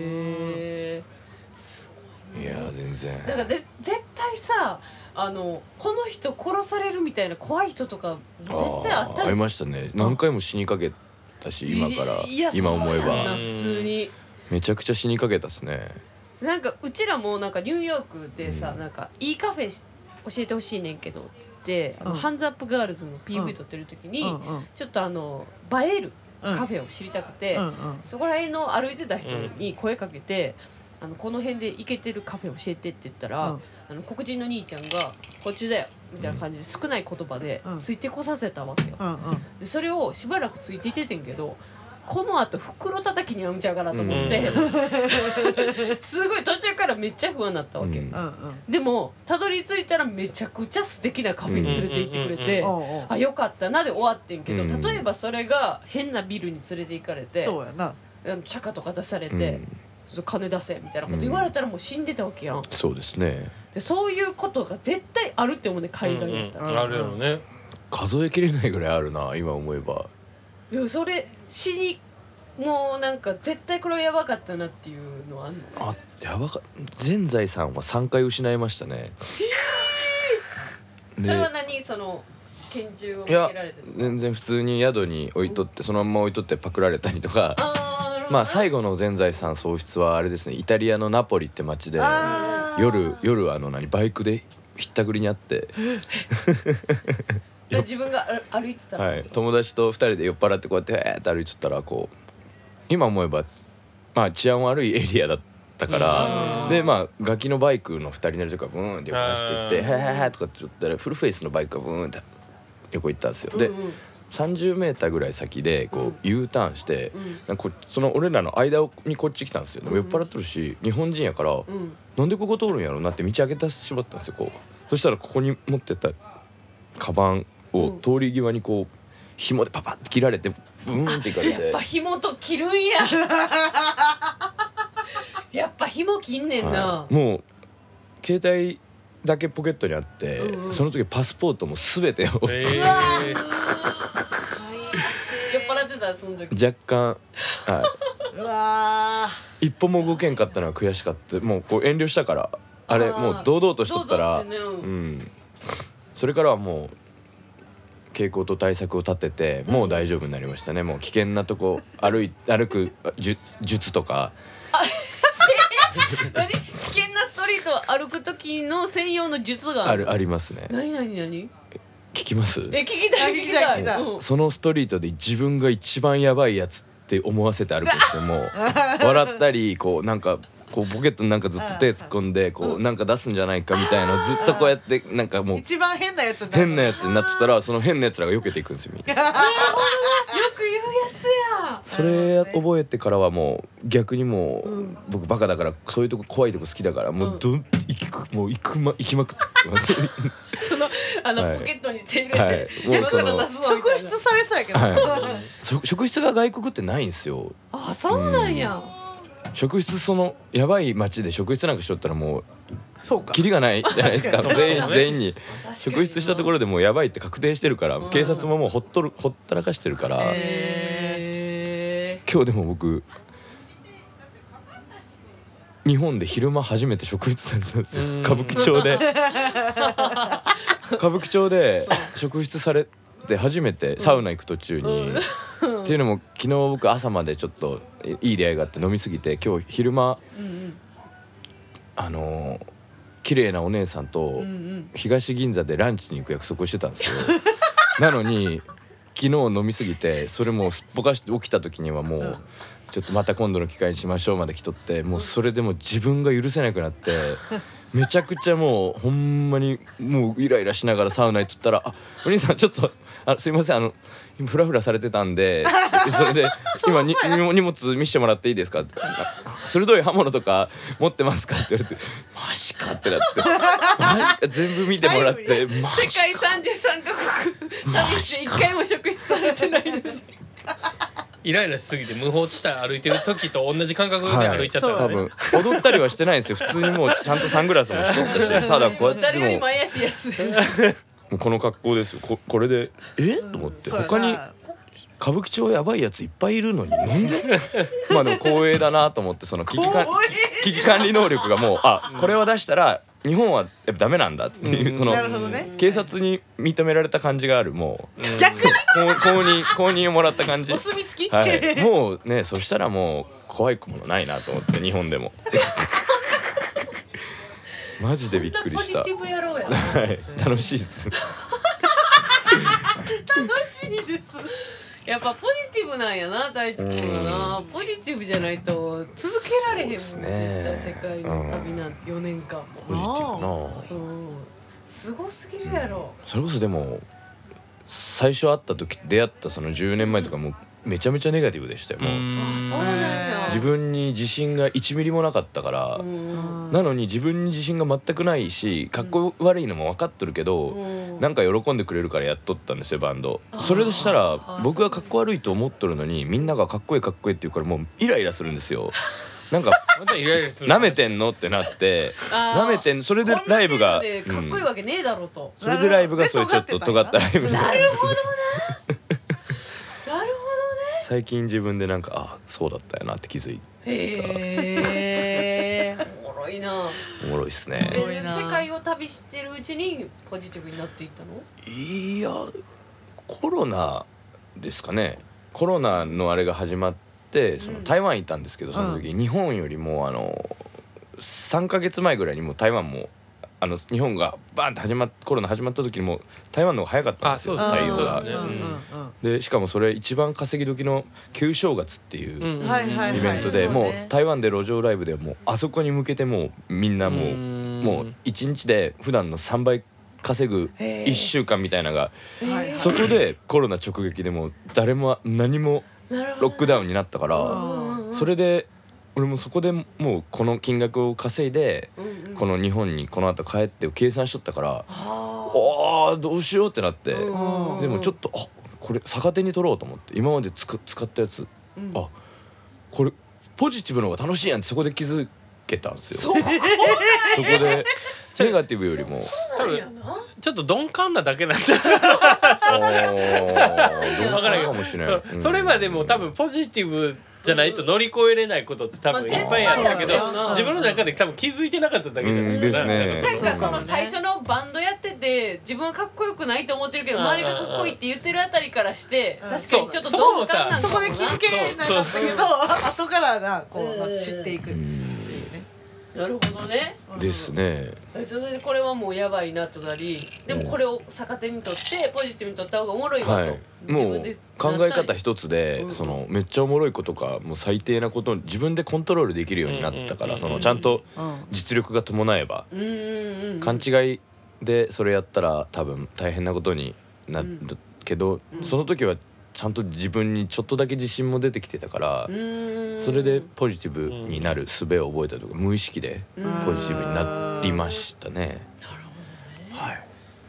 いや全然。 だから絶対さ、この人殺されるみたいな怖い人とか絶対あったり。 ありましたね。何回も死にかけたし、今思えば普通にめちゃくちゃ死にかけたっすね。 なんかうちらもなんかニューヨークでさ、なんかいいカフェ教えてほしいねんけどって言って、ハンズアップガールズの PV 撮ってる時に、ちょっと映えるカフェを知りたくて、そこら辺の歩いてた人に声かけて、この辺で行けてるカフェ教えてって言ったら、黒人の兄ちゃんがこっちだよみたいな感じで少ない言葉でついてこさせたわけよ。でそれをしばらくついていててんけど、このあと袋叩きに遭うんちゃうかなと思って、すごい途中からめっちゃ不安になったわけ。でもたどり着いたらめちゃくちゃ素敵なカフェに連れて行ってくれて、あよかったなで終わってんけど、例えばそれが変なビルに連れて行かれて、 そうやな、 チャカとか出されて、金出せみたいなこと言われたらもう死んでたわけやん。 そうですね。 でそういうことが絶対あるって思うね、海外やったら。 あるよね。 数えきれないぐらいあるな、今思えば。 いやそれもうなんか絶対これはやばかったなっていうのはあんの？ あ、やばか全財産は3回失いましたね。 それはその拳銃を向けられてるの？ 全然普通に宿に置いとって、そのまんま置いとってパクられたりとか、 まあ最後の全財産喪失はあれですね、イタリアのナポリって町で夜バイクでひったくりにあって自分が歩いてた、 はい、友達と2人で酔っ払ってこうやって歩いてたらこう今思えばまあ治安悪いエリアだったからでまあガキのバイクの2人乗りとかブーンって横走っていって「へーへー」とかって言ったらフルフェイスのバイクがブーンって横行ったんですよ。で30メーターぐらい先でこう U ターンしてなんかその俺らの間にこっち来たんですよ。酔っ払ってるし日本人やからなんでここ通るんやろうなって道開けてしまったんですよ。こうそしたらここに持ってたカバンを通り際にこう紐でパパって切られてブーンっていかれて、 やっぱ紐と切るんややっぱ紐切んねんな、 はい、もう携帯だけポケットにあって、その時パスポートも全てを、酔っ払ってたその時若干、はい、 うわ一歩も動けんかったのは悔しかった。もうこう遠慮したからあれもう堂々としとったら、 ね、 それからはもう傾向と対策を立ててもう大丈夫になりましたね。もう危険なとこ歩く術とか何危険なストリートを歩く時の専用の術がありますね。 何聞きます？ 聞きたい、 そのストリートで自分が一番やばいやつって思わせて歩くんですよ。もう笑ったりこうなんかこうポケットになんかずっと手突っ込んでこうなんか出すんじゃないかみたいなのをずっとこうやってなんかもう一番変なやつになってたらその変なやつらが避けていくんですよ。みんなよく言うやつや。 それ覚えてからはもう逆にもう僕バカだからそういうとこ怖いとこ好きだからもう行きまくってますそのポケットに手入れてもうその職質されそうやけど、 職質が外国ってないんですよ。 あ、そうなんや。 職質そのやばい街で職質なんかしとったらもうそうかキリがないじゃないですか。全員に職質したところでもうやばいって確定してるから警察ももうほったらかしてるから。今日でも僕日本で昼間初めて職質されたんですよ。歌舞伎町で職質されて初めてサウナ行く途中に、っていうのも昨日僕朝までちょっといい出会いがあって飲みすぎて今日昼間、綺麗なお姉さんと東銀座でランチに行く約束をしてたんですよ。なのに昨日飲みすぎてそれもうすっぽかして起きた時にはもうちょっとまた今度の機会にしましょうまで来とってもうそれでもう自分が許せなくなってめちゃくちゃもうほんまにもうイライラしながらサウナ行っとったら「あお兄さんちょっとすいません今フラフラされてたんでそれで今荷物見せてもらっていいですか?」って「鋭い刃物とか持ってますか?」って言われて「マジか」ってなってマジか全部見てもらってマジか世界33カ国旅して一回も職質されてないですイライラしすぎて無法地帯歩いてる時と同じ感覚で歩いちゃったからね、 多分踊ったりはしてないんですよ。普通にもうちゃんとサングラスもしとったしただこうやって誰よりも怪しいやつもうこの格好ですよ。これでと思って他に歌舞伎町やばいやついっぱいいるのになんでまあでも光栄だなと思ってその危機管理能力がもうこれを出したら日本はやっぱダメなんだっていうその警察に認められた感じがあるもう逆に公認をもらった感じお墨付き、 はい、もうねそしたらもう怖いものないなと思って日本でもマジでびっくりした。 ポジティブ野郎やはい、楽しいです楽しいですやっぱポジティブなんやな大地君はな。ポジティブじゃないと続けられへんもん絶対世界の旅なんて4年間もポジティブなすごすぎるやろ。 それこそでも最初会った時出会ったその10年前とかもめちゃめちゃネガティブでしたよ。もうそうなんや。 自分に自信が1ミリもなかったからなのに自分に自信が全くないしかっこ悪いのも分かっとるけどなんか喜んでくれるからやっとったんですよバンド。それでしたら僕がかっこ悪いと思っとるのにみんながかっこいいかっこいいって言うからもうイライラするんですよ。なんかなめてんのってなってなめてんそれでライブがかっこいいわけねえだろと。 それでライブがそういうちょっと尖ったライブなるほどな最近自分でなんかそうだったよなって気づいた。 おもろいな。 おもろいっすね。 世界を旅してるうちにポジティブになっていったの？ いやコロナですかね。コロナのあれが始まってってその台湾行ったんですけど、その時日本よりも3ヶ月前ぐらいにもう台湾も日本がバーンってコロナ始まった時にも台湾の方が早かったんですよ、対応が。でしかもそれ一番稼ぎ時の旧正月っていうイベントで、もう台湾で路上ライブでもうあそこに向けてもうみんなもう1日で普段の3倍稼ぐ1週間みたいなのが、そこでコロナ直撃でもう誰も何もロックダウンになったから、それで俺もそこでもうこの金額を稼いでこの日本にこの後帰って計算しとったから、あどうしようってなって、でもちょっとこれ逆手に取ろうと思って今まで使ったやつ、これポジティブの方が楽しいやんってそこで気づけたんですよ。そこでネガティブよりも多分ちょっと鈍感なだけなんじゃない鈍感かもしれない。 それまでも多分ポジティブじゃないと乗り越えれないことって多分いっぱいあるんだけど、自分の中で多分気づいてなかっただけじゃないですね。 なんかその最初のバンドやってて自分はかっこよくないと思ってるけど周りがかっこいいって言ってるあたりからして確かにちょっと鈍感なんかもな。 そこで気づけなかったけど後からなこう知っていくっていうね。 なるほどね。 ですね。 それでこれはもうやばいなとなり、でもこれを逆手にとってポジティブにとった方がおもろいわと。 もう考え方一つでそのめっちゃおもろいことかもう最低なことを自分でコントロールできるようになったから、そのちゃんと実力が伴えば、勘違いでそれやったら多分大変なことになるけど、その時はちゃんと自分にちょっとだけ自信も出てきてたから、それでポジティブになる術を覚えたとか無意識でポジティブになりましたね。 なるほどね。 はい。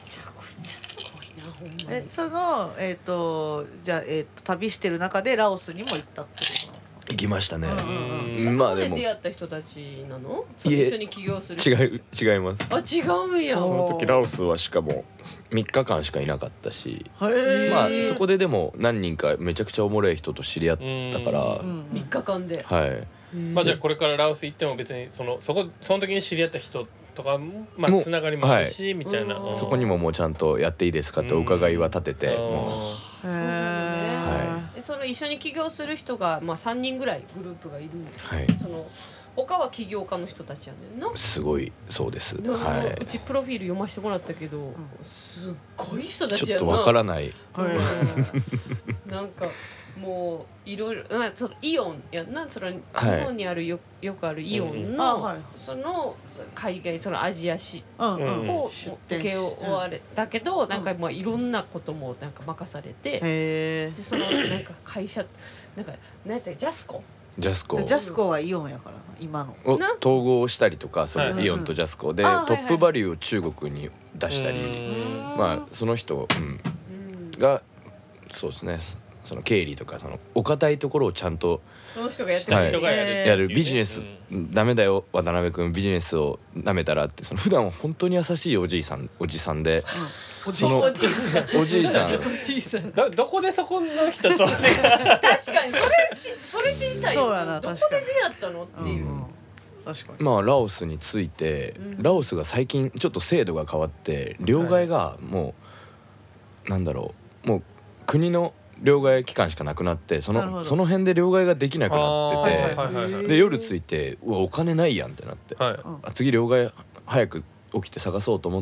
そのじゃあ旅してる中でラオスにも行ったってことなの？ 行きましたね。 まあでも出会った人たちなの？一緒に起業する。 違います。 あ違うんや。 その時ラオスはしかも3日間しかいなかったし、まあそこででも何人かめちゃくちゃおもろい人と知り合ったから 3日間で。 はい。 まあじゃあこれからラオス行っても別にその時に知り合った人とかまあつながりもあるしみたいな。 そこにももうちゃんとやっていいですかってお伺いは立てて。 そうだね。その一緒に起業する人がまあ3人ぐらいグループがいるんですけど、その他は起業家の人たちやねんな。 すごいそうです。はい。 うちプロフィール読ませてもらったけど、すっごい人たちやな。 ちょっとわからない。 なんかもういろいろそのイオンやんな、その日本にあるよくあるイオンのその海外そのアジア市を請け負われたけど、なんかまあいろんなこともなんか任されて、でそのなんか会社なんか何やったっけジャスコはイオンやからな今の統合したりとか、そのイオンとジャスコでトップバリューを中国に出したり、まあその人がそうですね。その経理とかそのお堅いところをちゃんとその人がやるビジネスダメだよ渡辺君ビジネスをなめたらって、その普段は本当に優しいおじさんで、おじいさんどこでそこの人と確かにそれ知りたいよ。どこで出会ったのっていう。 確かに。 まあラオスについてラオスが最近ちょっと制度が変わって両替がもうなんだろう、もう国の両替期間しかなくなって、その辺で両替ができなくなってて、で夜着いてうわお金ないやんってなって、次両替早く起きて探そうと思って、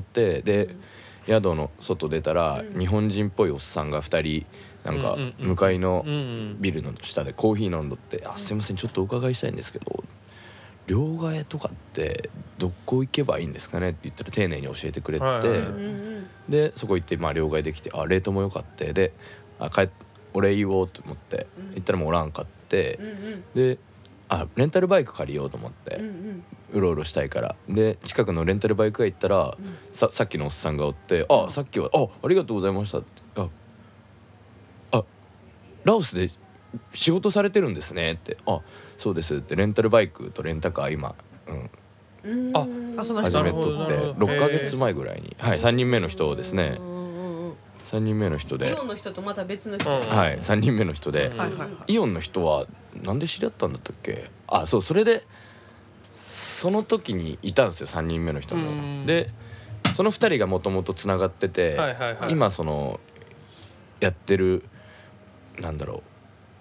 で宿の外出たら日本人っぽいおっさんが2人なんか向かいのビルの下でコーヒー飲んどって「あすいませんちょっとお伺いしたいんですけど両替とかってどこ行けばいいんですかね?」って言ったら丁寧に教えてくれて、でそこ行ってまあ両替できてレートも良かったで俺言おうと思って行ったらもうおらんかって、でレンタルバイク借りようと思って、うろうろしたいから、で近くのレンタルバイク屋行ったらさっきのおっさんがおって「さっきはありがとうございました」ってラオスで仕事されてるんですね」って「そうです」ってレンタルバイクとレンタカー今始めとって6ヶ月前ぐらいに3人目の人ですね。3人目の人でイオンの人とまた別の人、 はい3人目の人で、イオンの人はなんで知り合ったんだったっけ。そうそれでその時にいたんですよ3人目の人も。でその2人がもともとつながってて、今そのやってるなんだろう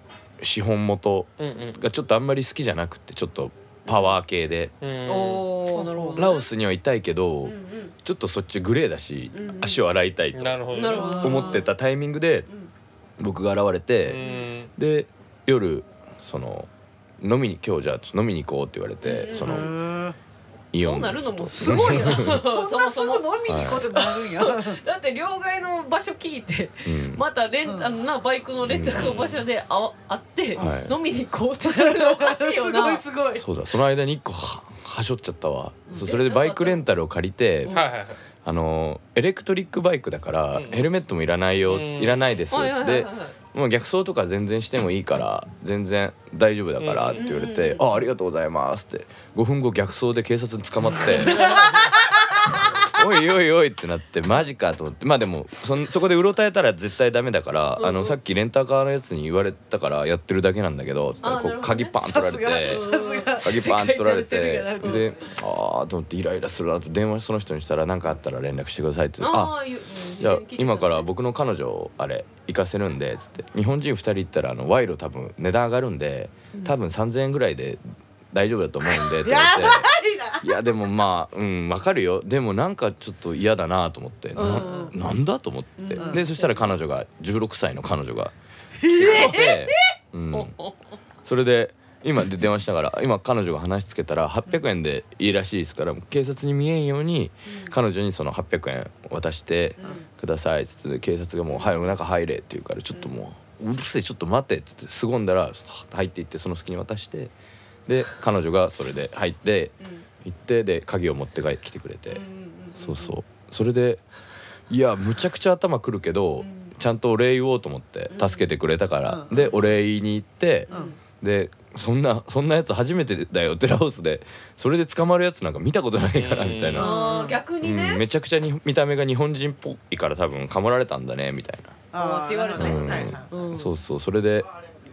資本元がちょっとあんまり好きじゃなくてちょっとパワー系で、 おーなるほどねラオスにはいたいけど、ちょっとそっちグレーだし、足を洗いたいと思ってたタイミングで僕が現れて、で夜その今日じゃあ飲みに行こうって言われて、そのイオンそうなるのもすごいなそんなすぐ飲みに行こうってなるんや、 だって両替の場所聞いて、またバイクのレンタカーの場所で会って、飲みに行こうってなるのおかしいよな。 すごいそうだ、その間に1個はしょっちゃったわ。それでバイクレンタルを借りて、エレクトリックバイクだからヘルメットもいらないよ、いらないですで、もう逆走とか全然してもいいから全然大丈夫だからって言われて、ありがとうございますって5分後逆走で警察に捕まっておいおいおいってなって、マジかと思って、まあでもそこでうろたえたら絶対ダメだから、さっきレンタカーのやつに言われたからやってるだけなんだけどつったら、こう鍵パン取られて鍵パン取られてでと思ってイライラするなと電話その人にしたら、何かあったら連絡してくださいってじゃあ今から僕の彼女を行かせるんでつって、日本人2人行ったら賄賂多分値段上がるんで多分3000円ぐらいで大丈夫だと思うんでって言われていやでもまあ分かるよ、でもなんかちょっと嫌だなと思って、なんだと思って、でそしたら彼女が16歳の彼女が来て、それで今で電話しながら、今彼女が話しつけたら800円でいいらしいですから、警察に見えんように彼女にその800円渡してくださいっつって、警察がもう「はい、中入れ」って言うから、ちょっともううるせえちょっと待ってっつって凄んだら入っていって、その隙に渡して、で彼女がそれで入って行って、で鍵を持ってきてくれて、そうそう、それでいやむちゃくちゃ頭くるけどちゃんとお礼言おうと思って助けてくれたから、でお礼言いに行って、でそんなやつ初めてだよってラオスで、それで捕まるやつなんか見たことないからみたいな、 逆にね、 めちゃくちゃに見た目が日本人っぽいから多分かもられたんだねみたいなって言われたの、そうそう、それで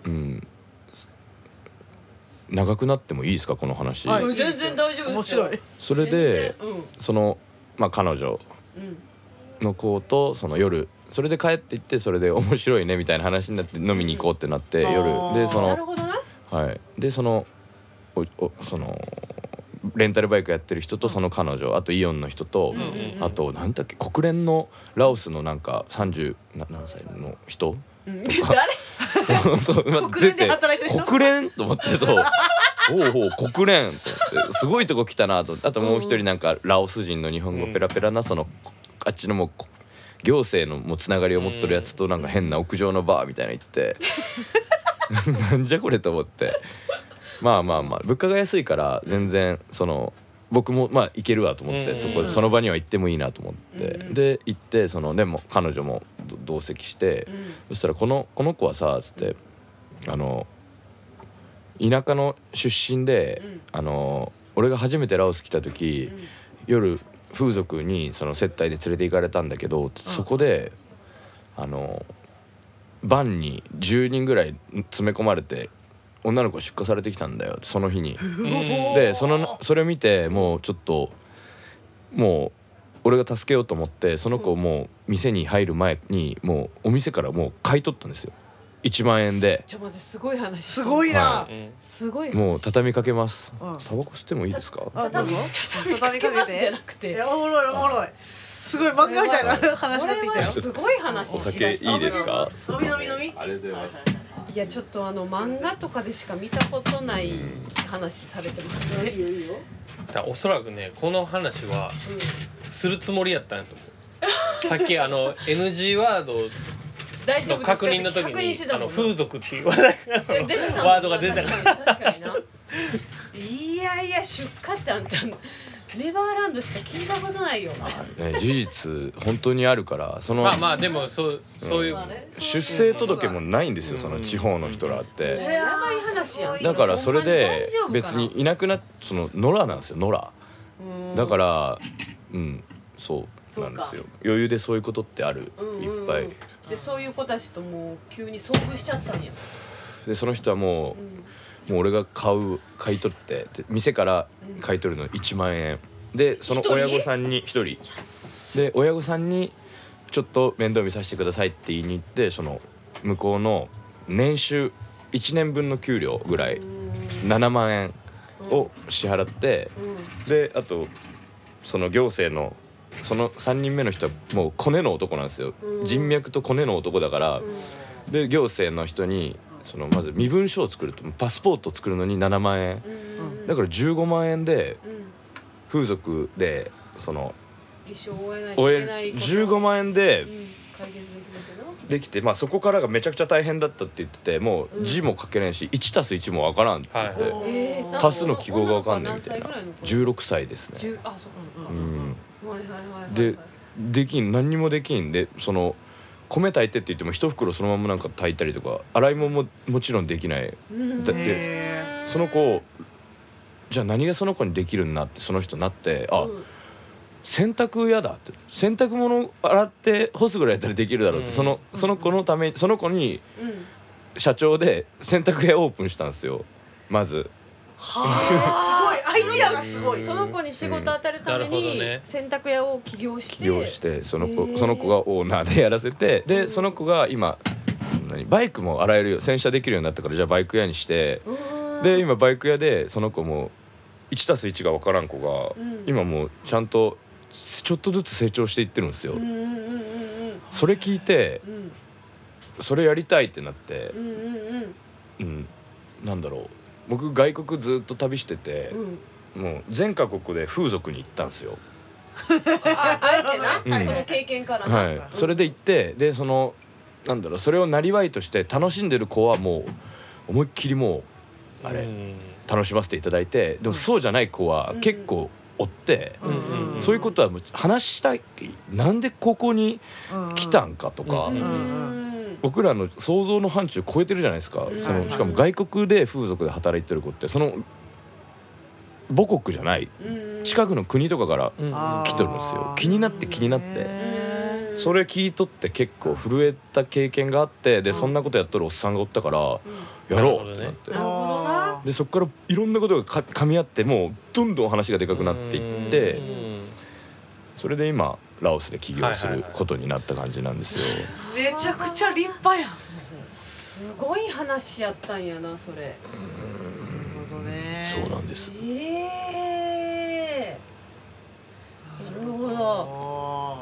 長くなってもいいですかこの話。 全然大丈夫ですよ。面白い。 それでその彼女の子とその夜それで帰って行って、それで面白いねみたいな話になって飲みに行こうってなって、夜でそのでそのレンタルバイクやってる人とその彼女、あとイオンの人と、あと何だっけ、国連のラオスのなんか30何歳の人誰そう国連で働いてる人、国連と思って、そうおう国連と思ってすごいとこ来たなと。あともう一人なんかラオス人の日本語ペラペラな、そのあっちのもう行政のもうつながりを持ってるやつとなんか変な屋上のバーみたいな行ってなんじゃこれと思って、まあ物価が安いから全然その僕も行けるわと思って、その場には行ってもいいなと思って、で行って、でも彼女も同席して、そしたらこの子はさつって、田舎の出身で、俺が初めてラオス来た時、夜風俗にその接待で連れて行かれたんだけど、そこでバンに10人ぐらい詰め込まれて女の子出荷されてきたんだよその日に。でそれを見て、もうちょっともう俺が助けようと思って、その子をもう店に入る前にもうお店からもう買い取ったんですよ、1万円で。 ちょっと待って、すごい話。 すごいな。 すごい。 もう畳みかけます。タバコ吸ってもいいですか？ 畳みかけてじゃなくて。 おもろいおもろい。すごい漫画みたいな話になってきたよ。 すごい話。 お酒いいですか？ 飲み。ありがとうございます。 いやちょっと漫画とかでしか見たことない話されてますね。 おそらくねこの話はするつもりやったんやと思う。さっきNG ワードの確認の時に風俗っていうワードが出たから。 確かにな。いや出荷ってあんたネバーランドしか聞いたことないよ。 事実本当にあるから、そのまあでもそういう出生届もないんですよ、その地方の人らって。 やばい話やん。 だからそれで別にいなくなっその野良なんですよ、野良。だからそうなんですよ。余裕でそういうことってある、いっぱい。 でそういう子たちともう急に遭遇しちゃったんや。 でその人はもう俺が買い取って店から買い取るの1万円で、その親御さんに1人で親御さんにちょっと面倒見させてくださいって言いに行って、その向こうの年収 1年分の給料ぐらい7万円を支払って、であとその行政のその3人目の人はもうコネの男なんですよ。人脈とコネの男だから、で行政の人にそのまず身分証を作るとパスポートを作るのに7万円、だから15万円で風俗でその一生終えないといけないこと 15万円で解決できて、まあそこからがめちゃくちゃ大変だったって言ってて、もう字も書けないし 1+1 も分からんって言って、足すの記号が分かんないみたいな。16歳ですね。 あ、そっかそっか。 でできん、何にもできんで、その米炊いてって言っても一袋そのままなんか炊いたりとか洗い物ももちろんできない。だってその子、じゃあ何がその子にできるんなってその人なって、あ、洗濯嫌だって、洗濯物洗って干すぐらいやったらできるだろうって、その子のため、その子に社長で洗濯屋オープンしたんですよ、まず。 すごいアイディアがすごい。 その子に仕事当たるために洗濯屋を起業してその子がオーナーでやらせて、でその子が今バイクも洗えるよ、洗車できるようになったから、じゃあバイク屋にして、で今バイク屋でその子も 1+1 が分からん子が今もうちゃんとちょっとずつ成長していってるんですよ。それ聞いてそれやりたいってなって、なんだろう、僕外国ずっと旅してて、もう全カ国で風俗に行ったんですよ。 あえてな、その経験からな。 はい、それで行って、でそのなんだろう、それをなりわいとして楽しんでる子はもう思いっきりもうあれ楽しませていただいて、でもそうじゃない子は結構追って、そういうことは話したい、なんでここに来たんかとか、僕らの想像の範疇超えてるじゃないですか。そのしかも外国で風俗で働いてる子ってその母国じゃない近くの国とかから来てるんですよ。気になってそれ聞いとって結構震えた経験があって、でそんなことやっとるおっさんがおったからやろうってなって、でそこからいろんなことが噛み合って、もうどんどん話がでかくなっていって、それで今ラオスで起業することになった感じなんですよ。 めちゃくちゃ立派やん。 すごい話やったんやな、それ。 なるほどね。 そうなんです。 なるほど。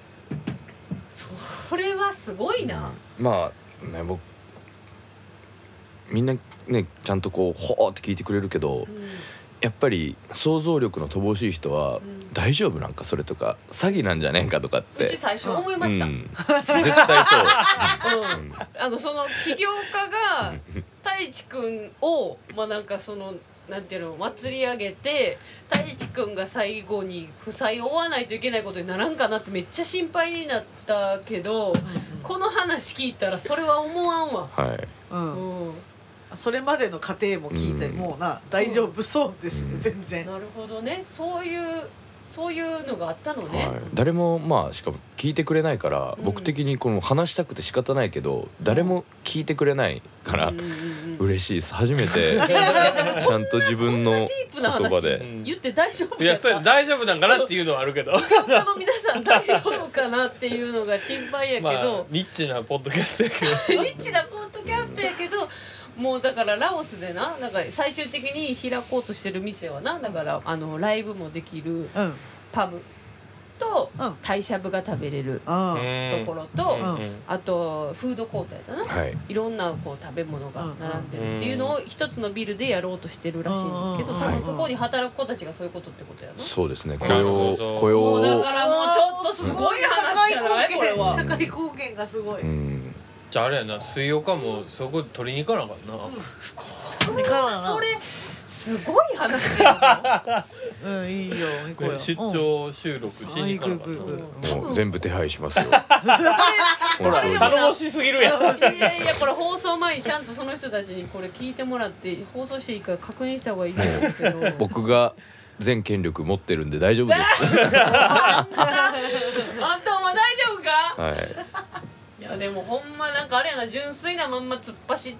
それはすごいな。 まあね、僕みんなねちゃんとこうほーって聞いてくれるけど、やっぱり想像力の乏しい人は大丈夫なんかそれとか詐欺なんじゃねえかとかって、 うち最初思いました。 絶対そう。 その起業家が太一くんをなんかそのなんていうの祭り上げて、太一くんが最後に負債を負わないといけないことにならんかなってめっちゃ心配になったけど、この話聞いたらそれは思わんわ。 はい。 それまでの過程も聞いて、もうな大丈夫そうですね、全然。 なるほどね、そういうのがあったのね。 誰もまあしかも聞いてくれないから、僕的にこの話したくて仕方ないけど誰も聞いてくれないから嬉しいです。初めてちゃんと自分の言葉で言って大丈夫。 いや、それ大丈夫なんかなっていうのはあるけど、 他の皆さん大丈夫かなっていうのが心配やけど、 ニッチなポッドキャストやけどニッチなポッドキャストやけど、もうだからラオスでなんか最終的に開こうとしてる店はだからライブもできるパブとタイしゃぶが食べれるところと、あとフードコートやったな、いろんなこう食べ物が並んでるっていうのを一つのビルでやろうとしてるらしいんだけど、多分そこに働く子たちがそういうことってことやな。 そうですね、雇用だからもうちょっとすごい話じゃないこれは。 社会貢献がすごい。 じゃああれやな、水曜かもそこ取りに行かなあかんな。 それすごい話やぞ。いいよ、行こうよ。 出張収録しに行かなあかんな。 もう全部手配しますよ。 ほら頼もしすぎるやん。 いやいや、これ放送前にちゃんとその人たちにこれ聞いてもらって放送していいか確認した方がいいんですけど。 僕が全権力持ってるんで大丈夫です。 あんたも大丈夫か？ はい。 いやでもほんまなんかあれやな、純粋なまんま突っ走って、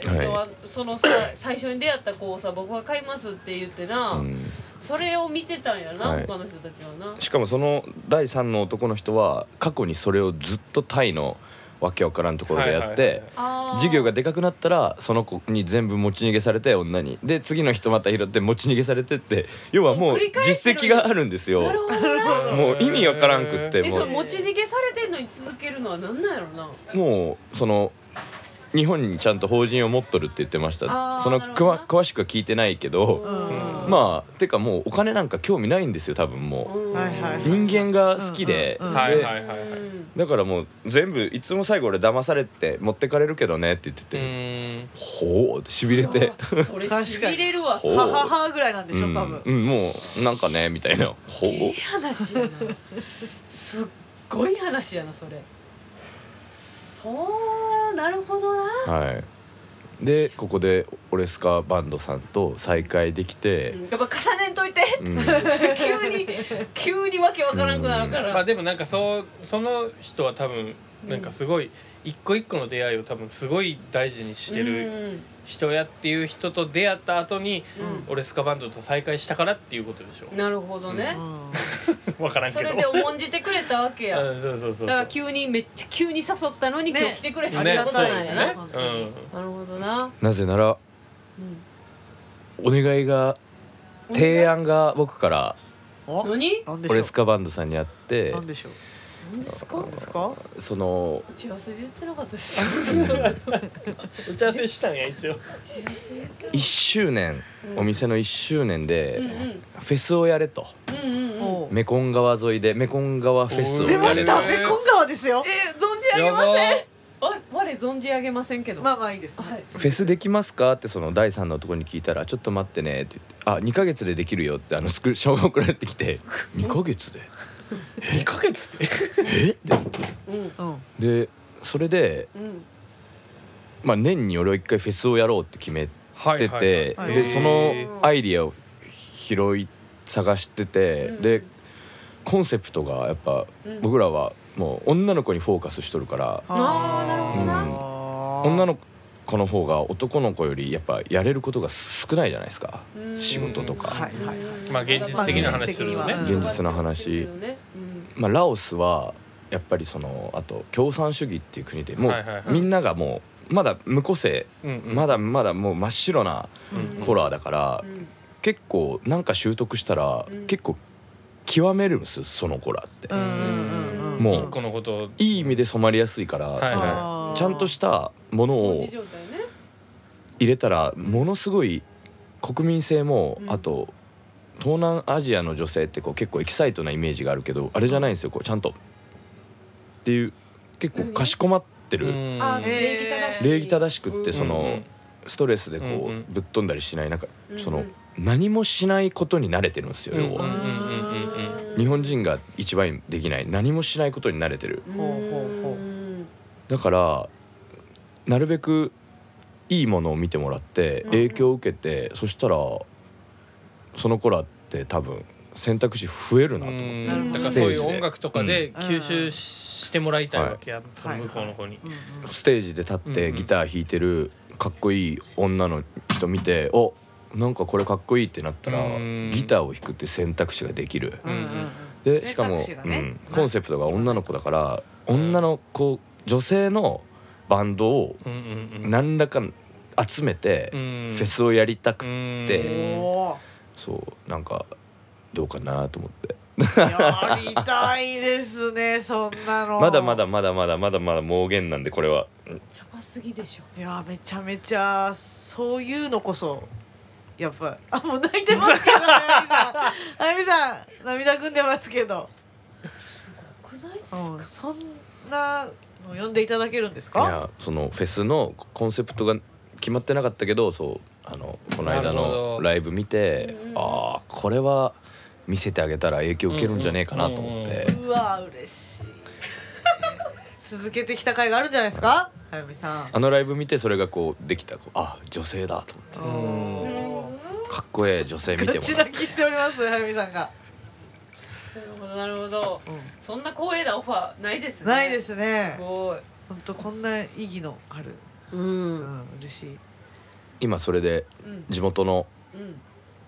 そのさ最初に出会った子をさ、僕が買いますって言ってな、それを見てたんやな、他の人たちはな。 しかもその第3の男の人は過去にそれをずっとタイのわけわからんところでやって、授業がでかくなったらその子に全部持ち逃げされて女にで次の人また拾って持ち逃げされてって要はもう実績があるんですよ。もう意味わからんくってもう持ち逃げされてんのに続けるのはなんなんやろな。 もうその日本にちゃんと法人を持っとるって言ってました。その詳しくは聞いてないけど、まあてかもうお金なんか興味ないんですよ多分もう人間が好きで、だからもう全部いつも最後俺騙されて持ってかれるけどねって言ってて、ほうってしびれて、 それしびれるわ。 はははぐらいなんでしょ多分。 もうなんかねみたいな。ほう。 いい話やな。すっごい話やなそれ。そうなるほどな。 はい。でここでオレスカバンドさんと再会できて、 やっぱ重ねんといて、急にわけわからんくなるから。 まあでもなんかその人は多分なんかすごい一個一個の出会いを多分すごい大事にしてる人やっていう人と出会った後にオレスカバンドと再会したからっていうことでしょ。 なるほどね。 わからんけど。 それで重んじてくれたわけや。 そう。 だからめっちゃ急に誘ったのに今日来てくれたってことなんやな。なるほどな。 なぜならお願いが提案が僕から何？ オレスカバンドさんにあって。 何でしょう。 何ですか？ その打ち合わせで言ってなかったです。 打ち合わせしたんや一応。 1周年、お店の1周年でフェスをやれと。メコン川沿いでメコン川フェスを出ました。メコン川ですよ。 存じ上げません。我存じ上げませんけど。 まあいいです。 フェスできますかってその第3の男に聞いたらちょっと待ってねって言って2ヶ月でできるよってスクショが送られてきて2ヶ月で 2ヶ月ででそれでまあ年に俺は一回フェスをやろうって決めててでそのアイディアを探しててでコンセプトがやっぱ僕らはもう女の子にフォーカスしとるからなるほどな。 女の子の方が男の子よりやっぱやれることが少ないじゃないですか仕事とか。 まあ現実的な話するとね。 現実の話。まあラオスはやっぱりあと共産主義っていう国でもうみんながもうまだ無個性まだまだもう真っ白なコラーだから結構なんか習得したら結構極めるんですそのコラって。もういい意味で染まりやすいからちゃんとしたものを入れたらものすごい国民性もあと東南アジアの女性って結構エキサイトなイメージがあるけどあれじゃないんですよちゃんとっていう結構かしこまってる礼儀正しくってストレスでぶっ飛んだりしない何もしないことに慣れてるんですよ要は。日本人が一番できない何もしないことに慣れてる。だからなるべくいいものを見てもらって影響を受けてそしたらその子らって多分選択肢増えるなと思って。 だからそういう音楽とかで吸収してもらいたいわけやその向こうの方に。 ステージで立ってギター弾いてるかっこいい女の人見てなんかこれかっこいいってなったらギターを弾くって選択肢ができる。でしかもコンセプトが女の子だから女の子女性のバンドを何らか集めてフェスをやりたくってそうなんかどうかなと思ってやりたいですねそんなの。 まだまだ妄言なんでこれはやばすぎでしょ。 いやめちゃめちゃそういうのこそやっぱもう泣いてますけどあやみさん涙ぐんでますけどすごくないですか。 そんなの読んでいただけるんですか。 いやそのフェスのコンセプトが決まってなかったけどこの間のライブ見てこれは見せてあげたら影響受けるんじゃねえかなと思って。 うわ嬉しい続けてきた甲斐があるんじゃないですかはやみさん。 ライブ見てそれができた女性だと思ってかっこええ女性見ても口泣きしておりますはやみさんが。 なるほど、そんな光栄なオファーないですね。 ないですね。 すごい本当こんな意義のある嬉しい。 今それで地元の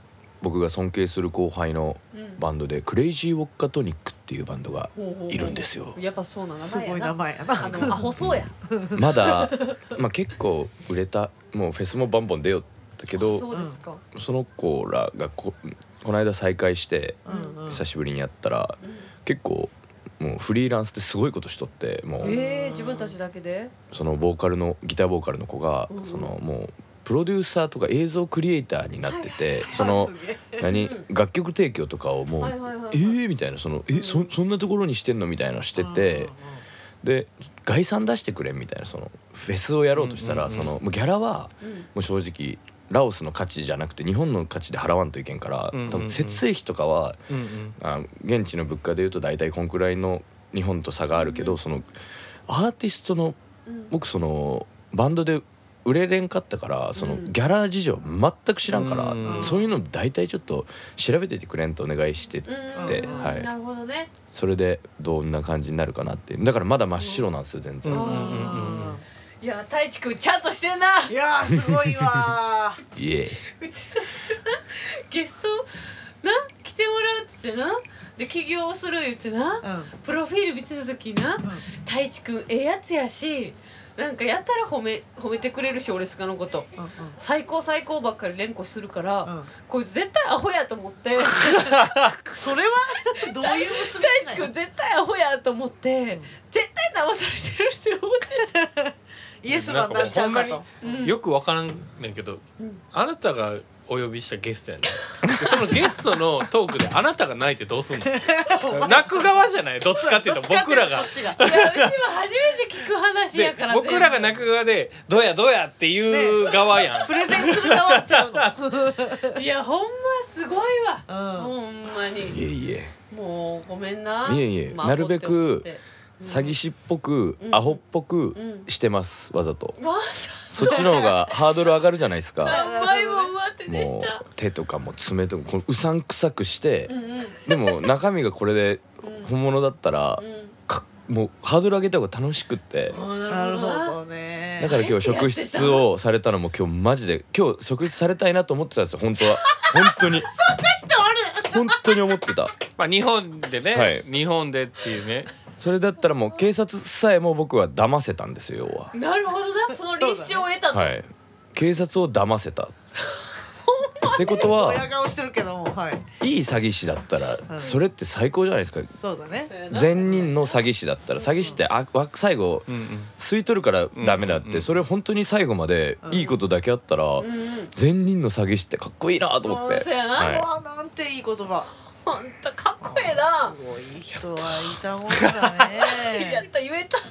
僕が尊敬する後輩のバンドで、クレイジーウォッカトニックっていうバンドがいるんですよ。 やっぱそうな名前やな。 すごい名前やな。 アホそうや。 まだ結構売れた、もうフェスもバンバン出よったけど、 そうですか。 その子らがこの間再会して久しぶりにやったら、結構もうフリーランスですごいことしとって、もう自分たちだけでそのボーカルのギターボーカルの子がそのもうプロデューサーとか映像クリエイターになってて、その楽曲提供とかをもうみたいな、そんなところにしてんのみたいなのしてて、で概算出してくれみたいな、そのフェスをやろうとしたら、そのギャラはもう正直ラオスの価値じゃなくて日本の価値で払わんといけんから、多分設営費とかは現地の物価でいうと大体こんくらいの日本と差があるけど、そのアーティストの僕そのバンドで売れれんかったから、そのギャラ事情全く知らんから、そういうの大体ちょっと調べててくれんとお願いしてて、はい、 なるほどね。 それでどんな感じになるかなって、だからまだ真っ白なんですよ全然。 いや太一くんちゃんとしてんな。 いやすごいわイエうち最初なゲストな来てもらうっつってな、で起業する言ってな、プロフィール見てた時な、太一くんええやつやし、なんかやったら褒めてくれるし、俺スカのこと、最高最高ばっかり連呼するから、こいつ絶対アホやと思ってそれはどういう太一くん絶対アホやと思って、絶対騙されてるって思ってイエスマンになっちゃうかと。 よくわからんねんけど、あなたがお呼びしたゲストやねでそのゲストのトークであなたが泣いてどうすんの泣く側じゃない、どっちかっていうと僕らが。いやうちも初めて聞く話やから、 僕らが泣く側でどうやっていう側やん、 プレゼンする側っちゃうの。 いやほんますごいわ、ほんまに。 イいえもうごめんな。 いえなるべく詐欺師っぽく、アホっぽくしてます、わざと。そっちの方がハードル上がるじゃないですか。もう手とかも爪とかこのうさんくさくして、でも中身がこれで本物だったら、もうハードル上げた方が楽しくって。 なるほどね。 だから今日職質をされたのも今日マジで今日職質されたいなと思ってたんですよ、本当は。本当にそんな人おる。 本当に思ってた。 まあ日本でね、 はい日本でっていうね。 それだったらもう警察さえも僕は騙せたんですよ、要は。 なるほどな、その立証を得たと。 はい、警察を騙せたってことは、 親顔してるけども、はい。 いい詐欺師だったらそれって最高じゃないですか。 そうだね。 善人の詐欺師だったら、詐欺師って最後吸い取るからダメだって、それ本当に最後までいいことだけあったら、善人の詐欺師ってかっこいいなと思って。 そうやな。 わあなんていい言葉。 ほんとかっこええな。 すごい人はいたもんだね。 やった言えた。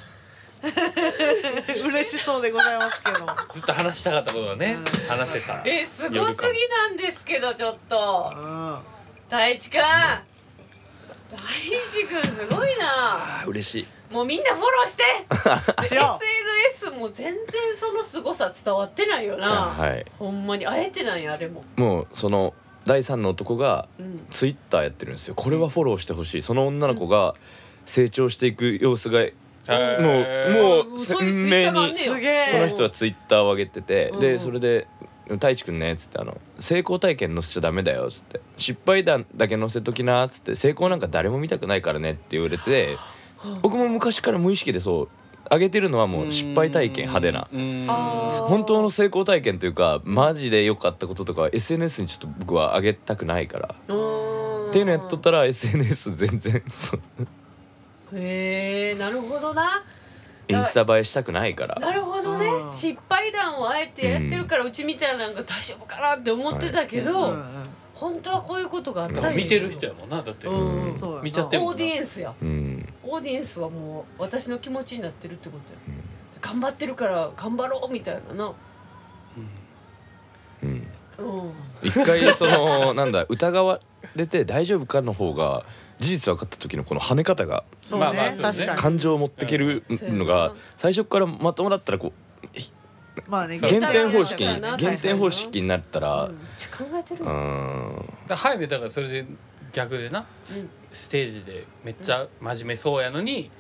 嬉しそうでございますけど。 ずっと話したかったことがね、話せた。 すごすぎなんですけど、ちょっと。太一くん。太一くんすごいな。 嬉しい。 もうみんなフォローして。SNS も全然その凄さ伝わってないよな。 はい。 ほんまにあえてなんや、あれも。 もうその第3の男がツイッターやってるんですよ。これはフォローしてほしい。その女の子が成長していく様子がもう鮮明にその人はツイッターを上げてて、でそれで「太一くんね」っつって成功体験載せちゃダメだよ」っつって「失敗談だけ載せときな」っつって「成功なんか誰も見たくないからね」って言われて、僕も昔から無意識でそう上げてるのはもう失敗体験、派手な本当の成功体験というかマジで良かったこととか SNS にちょっと僕は上げたくないからっていうのやっとったら SNS 全然へえ、なるほどな。 インスタ映えしたくないから。 なるほどね。失敗談をあえてやってるから、うちみたいなのが大丈夫かなって思ってたけど、本当はこういうことがあったんや。 見てる人やもんな、だって見ちゃってるもんな。 オーディエンスや。オーディエンスはもう私の気持ちになってるってことや。頑張ってるから頑張ろうみたいなな。 一回そのなんだ疑われて大丈夫かの方が事実分かった時のこの跳ね方が、感情を持ってけるのが最初からまともだったらこう減点方式になったら、 早めだからそれで逆でな、ステージでめっちゃ真面目そうやのに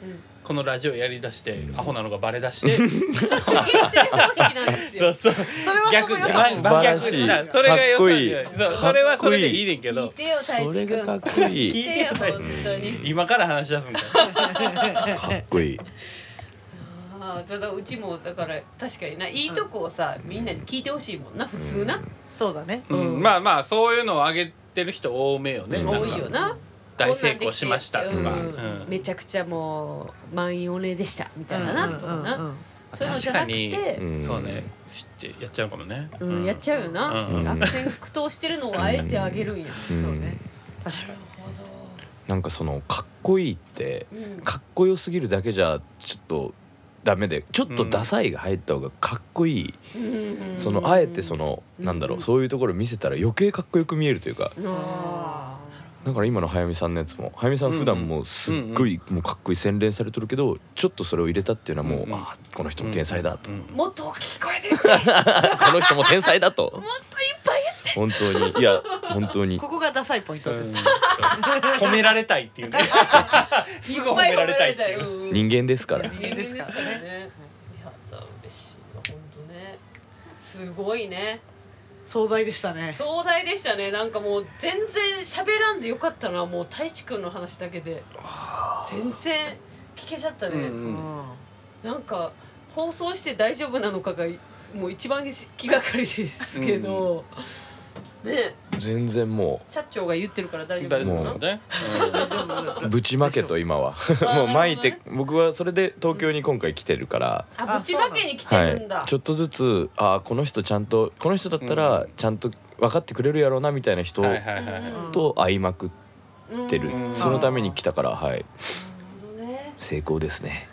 このラジオやりだしてアホなのがバレだして限定方式なんですよ。 そうそれはその良さ。 素晴らしい。かっそれが良さこいい。 それはそれでいいねんけど聞いてよ太それ一くん。 がかっこいい。 聞いてよ本当に。 今から話し出すんだよかっこいい。 ああ、うちもだから確かにないいとこをさみんなに聞いてほしいもんな普通な。 そうだね。 まあまあそういうのを上げてる人多めよね多いよな。 大成功しましたとかめちゃくちゃもう満員御礼でしたみたいななとかな。そういうのじゃなくて、 そうね知ってやっちゃうかもねやっちゃうよな。悪戦苦闘してるのをあえてあげるんや。 そうね。確かに。 なんかそのかっこいいってかっこよすぎるだけじゃちょっとダメでちょっとダサいが入った方がかっこいい。そのあえてそのなんだろうそういうところ見せたら余計かっこよく見えるというか。だから今の早見さんのやつも早見さん普段もうすっごいもうかっこいい洗練されてるけどちょっとそれを入れたっていうのはもうあこの人も天才だともっと大きい声で言ってこの人も天才だともっといっぱい本当にいや本当にここがダサいポイントです。 褒められたいっていうねすぐ褒められたいっていう人間ですから人間ですからね。やだ嬉しいわ本当ね。すごいね。 壮大でしたね。 壮大でしたね。なんかもう全然喋らんでよかったな。もう太一くんの話だけで全然聞けちゃったね。なんか放送して大丈夫なのかがもう一番気がかりですけど、ね。 全然もう社長が言ってるから大丈夫ですもうね。 大丈夫。 ぶちまけと今はもう巻いて僕はそれで東京に今回来てるからぶちまけに来てるんだ。 ちょっとずつこの人ちゃんとこの人だったらちゃんと分かってくれるやろうなみたいな人と会いまくってるそのために来たからはい成功ですね。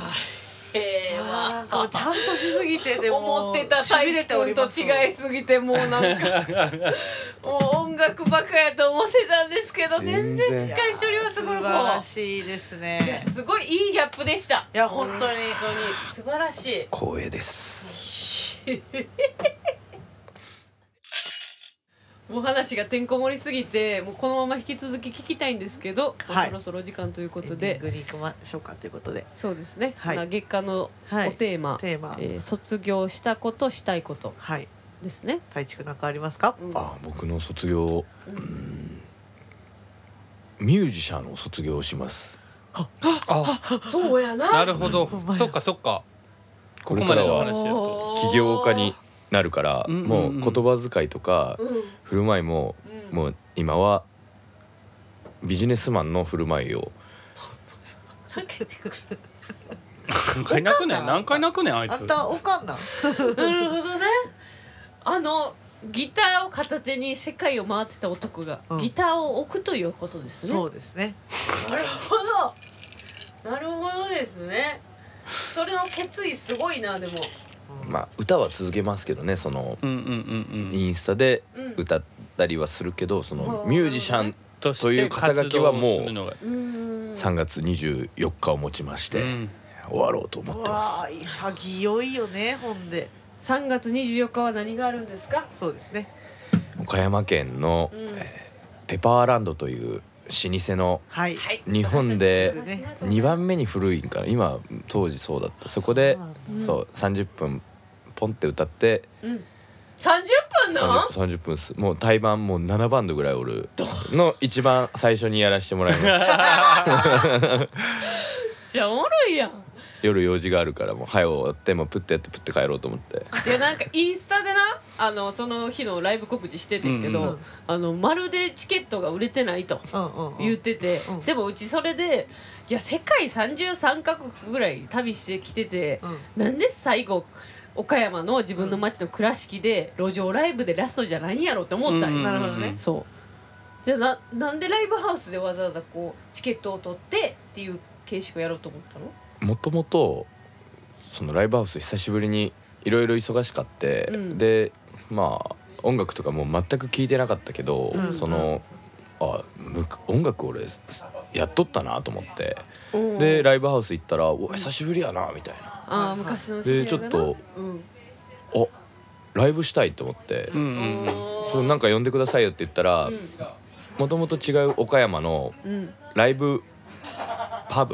これちゃんとしすぎてでも思ってた太一君と違いすぎてもうなんかもう音楽ばかやと思ってたんですけど全然しっかりしておりますこの子。 素晴らしいですね。 いやすごいいいギャップでした。いや本当に素晴らしい。 光栄です。 もう話がてんこ盛りすぎてもうこのまま引き続き聞きたいんですけど、そろそろ時間ということでエンディングに行きましょうかということでそうですね、月間のおテーマ、卒業したことしたいことですね。 太一くん何かありますか？ 僕の卒業、ミュージシャンを卒業します。 そうやな。 なるほど。そっかそっか。 これからは起業家になるからもう言葉遣いとか振る舞いももう今はビジネスマンの振る舞いを何回泣くねん何回泣くねんあいつ。 あんたおかんな。 なるほどね。ギターを片手に世界を回ってた男がギターを置くということですね。 そうですね。 なるほどなるほどですね。それの決意すごいな。でもまあ歌は続けますけどねそのインスタで歌ったりはするけどそのミュージシャンという肩書きはもう3月24日をもちまして終わろうと思ってます。 潔いよね。ほんで 3月24日は何があるんですか？ そうですね。 岡山県のペパーランドという老舗の日本で2番目に古いんかな今当時そうだったそこでそう30分ポンって歌って 30分な ？30分ですもう対バンもう7バンドぐらいおるの一番最初にやらせてもらいましたじゃあおもろいやん。 夜用事があるからもう早終わってもうプッてやってプッて帰ろうと思って。 いやなんかインスタでなその日のライブ告知しててんけど、まるでチケットが売れてないと言ってて、でもうちそれでいや世界33カ国ぐらい旅してきてて、なんで最後岡山の自分の町の倉敷で路上ライブでラストじゃないんやろって思ったんや。 なるほどね。 そうじゃなんでライブハウスでわざわざこうチケットを取ってっていう形式をやろうと思ったの？ もともとそのライブハウス久しぶりにいろいろ忙しかって、でまあ音楽とかも全く聴いてなかったけど、その音楽俺やっとったなと思って、でライブハウス行ったらお久しぶりやなみたいな。 昔のでちょっとライブしたいと思って、なんか呼んでくださいよって言ったら、もともと違う岡山のライブパブ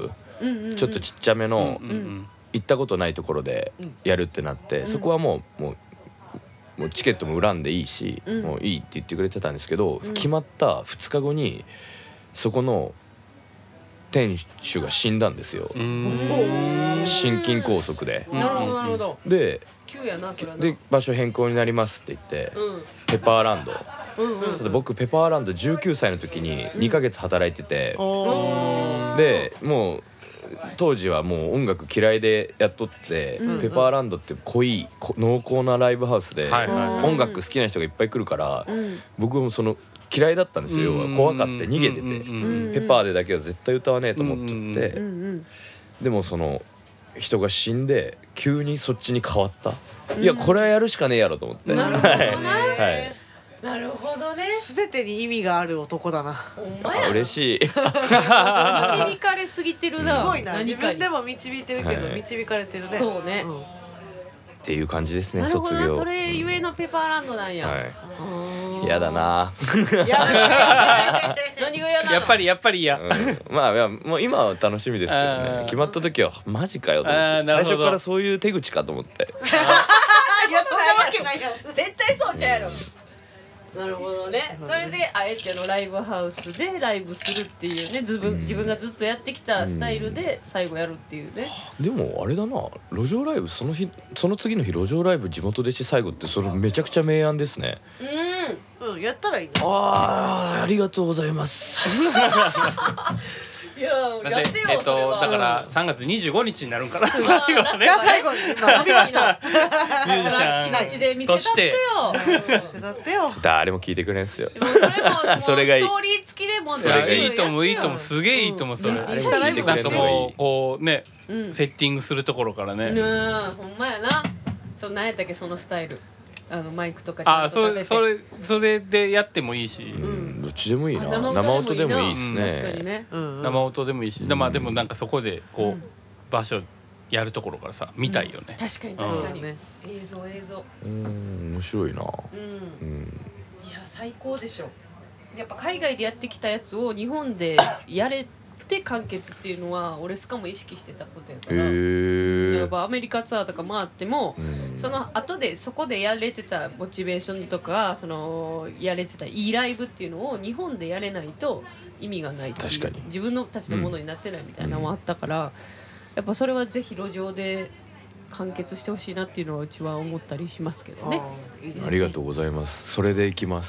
ちょっとちっちゃめの行ったことないところでやるってなって、そこはもうチケットも恨んでいいし、もういいって言ってくれてたんですけど、決まった2日後にそこの店主が死んだんですよ。心筋梗塞で。 なるほどなるほど。 で急やなそれはな。 で場所変更になりますって言って、ペパーランド、僕ペパーランド19歳の時に2ヶ月働いてて、でもう当時はもう音楽嫌いでやっとって、ペパーランドって濃い濃厚なライブハウスで音楽好きな人がいっぱい来るから、僕もその嫌いだったんですよ。要は怖かって逃げてて、ペパーでだけは絶対歌わねえと思っちゃって、でもその人が死んで急にそっちに変わった。いやこれはやるしかねえやろと思って。 なるほどね。 はいなるほどね。 全てに意味がある男だな。 ほんまや。 嬉しい。 導かれすぎてるな。 すごいな。自分でも導いてるけど導かれてるね。 そうね。 っていう感じですね。卒業。 それゆえのペパーランドなんや。 やだな。 何がやだ。 やっぱり嫌。 まあもう今は楽しみですけどね。決まった時はマジかよと思って。最初からそういう手口かと思って。 いやそんなわけないよ。 絶対そうちゃうやろ。なるほどね。それであえてのライブハウスでライブするっていうね、自分がずっとやってきたスタイルで最後やるっていうね。 でもあれだな、路上ライブその次の日路上ライブ地元弟子最後ってそれめちゃくちゃ明暗ですね。 やったらいいね。 ありがとうございます。 いややってよそれは。 だから3月25日になるんかな。最後ね。 最後に伸びました。 ミュージシャンとして。 見せたってよ。 誰も聞いてくれんすよ。 それがいい。ストーリー付きでもそれがいいと思うすげえいいと思うそれ。なんかもうこうねセッティングするところからね。 ほんまやな。何やったっけそのスタイル。マイクとかそれでやってもいいし、 どっちでもいいな。生音でもいいですね。 確かにね。 生音でもいいし、まあでもなんかそこでこう場所やるところからさ見たいよね。 確かに映像。 面白いな。いや最高でしょ。やっぱ海外でやってきたやつを日本でやれて完結っていうのは俺しかも意識してたことやから。やっぱアメリカツアーとか回っても、その後でそこでやれてたモチベーションとかやれてたいいライブっていうのを日本でやれないと意味がないっていう。 確かに自分のたちのものになってないみたいなのもあったから、やっぱそれはぜひ路上で完結してほしいなっていうのはうちは思ったりしますけどね。 ありがとうございます。それでいきます。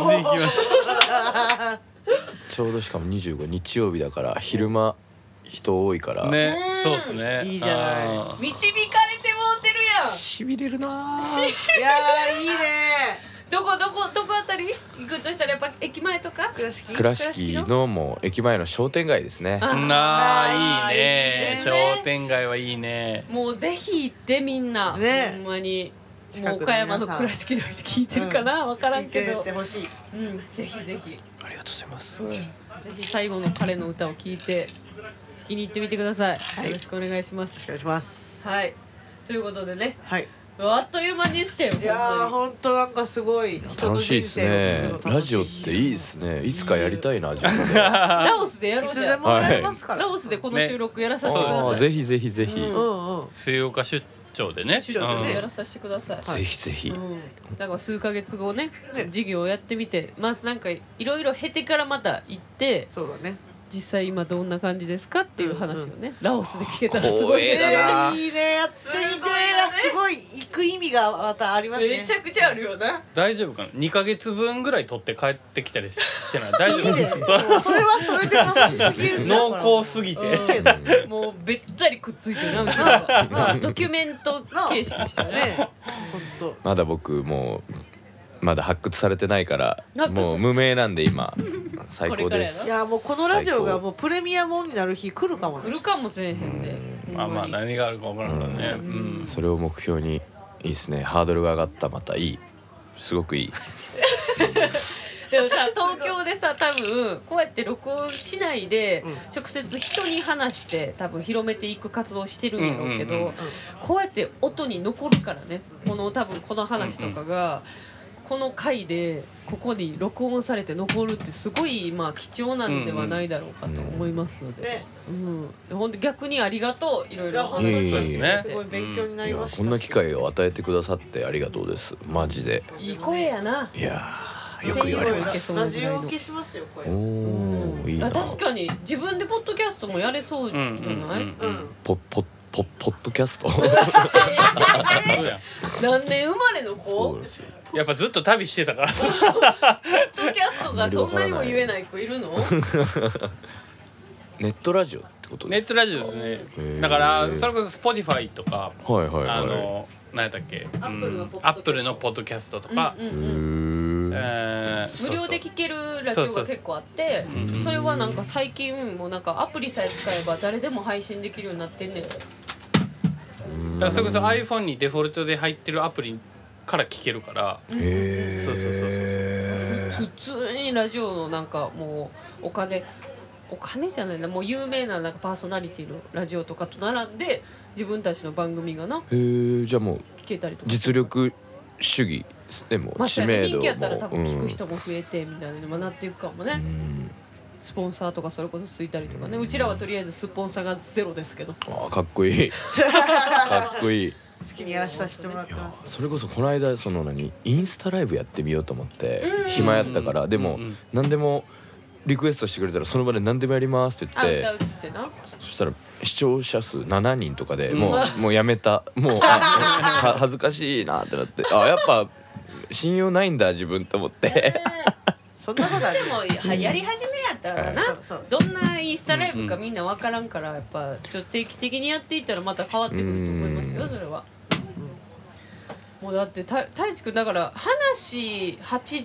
ちょうどしかも25日曜日だから昼間人多いからね。そうですね。 いいじゃない。 導かれてもうてるやん。 しびれるな。 いやいいね。 どこあたり行くとしたらやっぱ駅前とか倉敷のもう駅前の商店街ですね。 いいね。商店街はいいね。 もうぜひ行ってみんな。ほんまに。もう岡山の倉敷の人聞いてるかな、分からんけど。 ぜひぜひ。 ありがとうございます。 ぜひ最後の彼の歌を聞いて聞きに行ってみてください。よろしくお願いします。 お願いします。 はい。ということでね。 はい。 あっという間にしたよ。 いや本当なんかすごい楽しいですね。ラジオっていいですね。いつかやりたいな。 ラオスでやろうじゃん。 いつでもやりますから。 ラオスでこの収録やらさせてください。 ぜひぜひぜひ。 末岡出張でね。 出張でやらさせてください。 ぜひぜひ。 だから数ヶ月後ね、授業をやってみて、まずなんかいろいろ経てからまた行って、 そうだね。 実際今どんな感じですかっていう話をね、ラオスで聞けたらすごいいいね。やってみてすごい行く意味がまたありますね。 めちゃくちゃあるよな。 大丈夫かな。2ヶ月分ぐらい取って帰ってきたりしてない。大丈夫。 それはそれで楽しすぎる。 濃厚すぎて。 もうべったりくっついてるなうちは。ドキュメント形式でしたね。 まだ僕もうまだ発掘されてないからもう無名なんで今最高です。 いやもうこのラジオがもうプレミアムになる日来るかも。 来るかもしれへんで。 まあ何があるか分からんからね。 それを目標にいいですね。ハードルが上がった。またいい。すごくいい。 でもさ東京でさ多分こうやって録音しないで直接人に話して多分広めていく活動をしてるんやろうけど、こうやって音に残るからね。多分この話とかがこの回でここに録音されて残るってすごいまあ貴重なんではないだろうかと思いますので、本当逆にありがとういろいろお話をして、 すごい勉強になりました。 こんな機会を与えてくださってありがとうです。マジで。 いい声やな。 いやよく言われます。 ラジオ受けしますよ声。 いいな。 確かに自分でポッドキャストもやれそうじゃない？ ポッドキャスト。 何年生まれの子？ やっぱずっと旅してたから。 ポッドキャストがそんなにも言えない子いるの？ ネットラジオってことですか？ ネットラジオですね。だからそれこそ Spotify とか、何やったっけ？アップルのポッドキャストとか。無料で聴けるラジオが結構あって、それはなんか最近もうなんかアプリさえ使えば誰でも配信できるようになってんねん。だからそれこそ iPhone にデフォルトで入ってるアプリから聴けるから。そう普通にラジオのなんかもうお金じゃないな、もう有名ななんかパーソナリティのラジオとかと並んで自分たちの番組がな。 じゃあもう聞けたりとか。 実力主義でも知名度も人気やったら多分聞く人も増えてみたいなのになっていくかもね。スポンサーとかそれこそついたりとかね。うちらはとりあえずスポンサーがゼロですけど。 かっこいい。かっこいい。 好きにやらさせてもらってます。 それこそこの間インスタライブやってみようと思って暇やったから、でも何でもリクエストしてくれたらその場で何でもやりますって言って、そしたら視聴者数7人とかでもうやめた。もう恥ずかしいなってなって、やっぱ信用ないんだ自分と思って。 そんなことある。 でもやり始めやったらな、どんなインスタライブかみんな分からんから、やっぱちょっと定期的にやっていったらまた変わってくると思いますよ、それは。もうだって太一くんだから話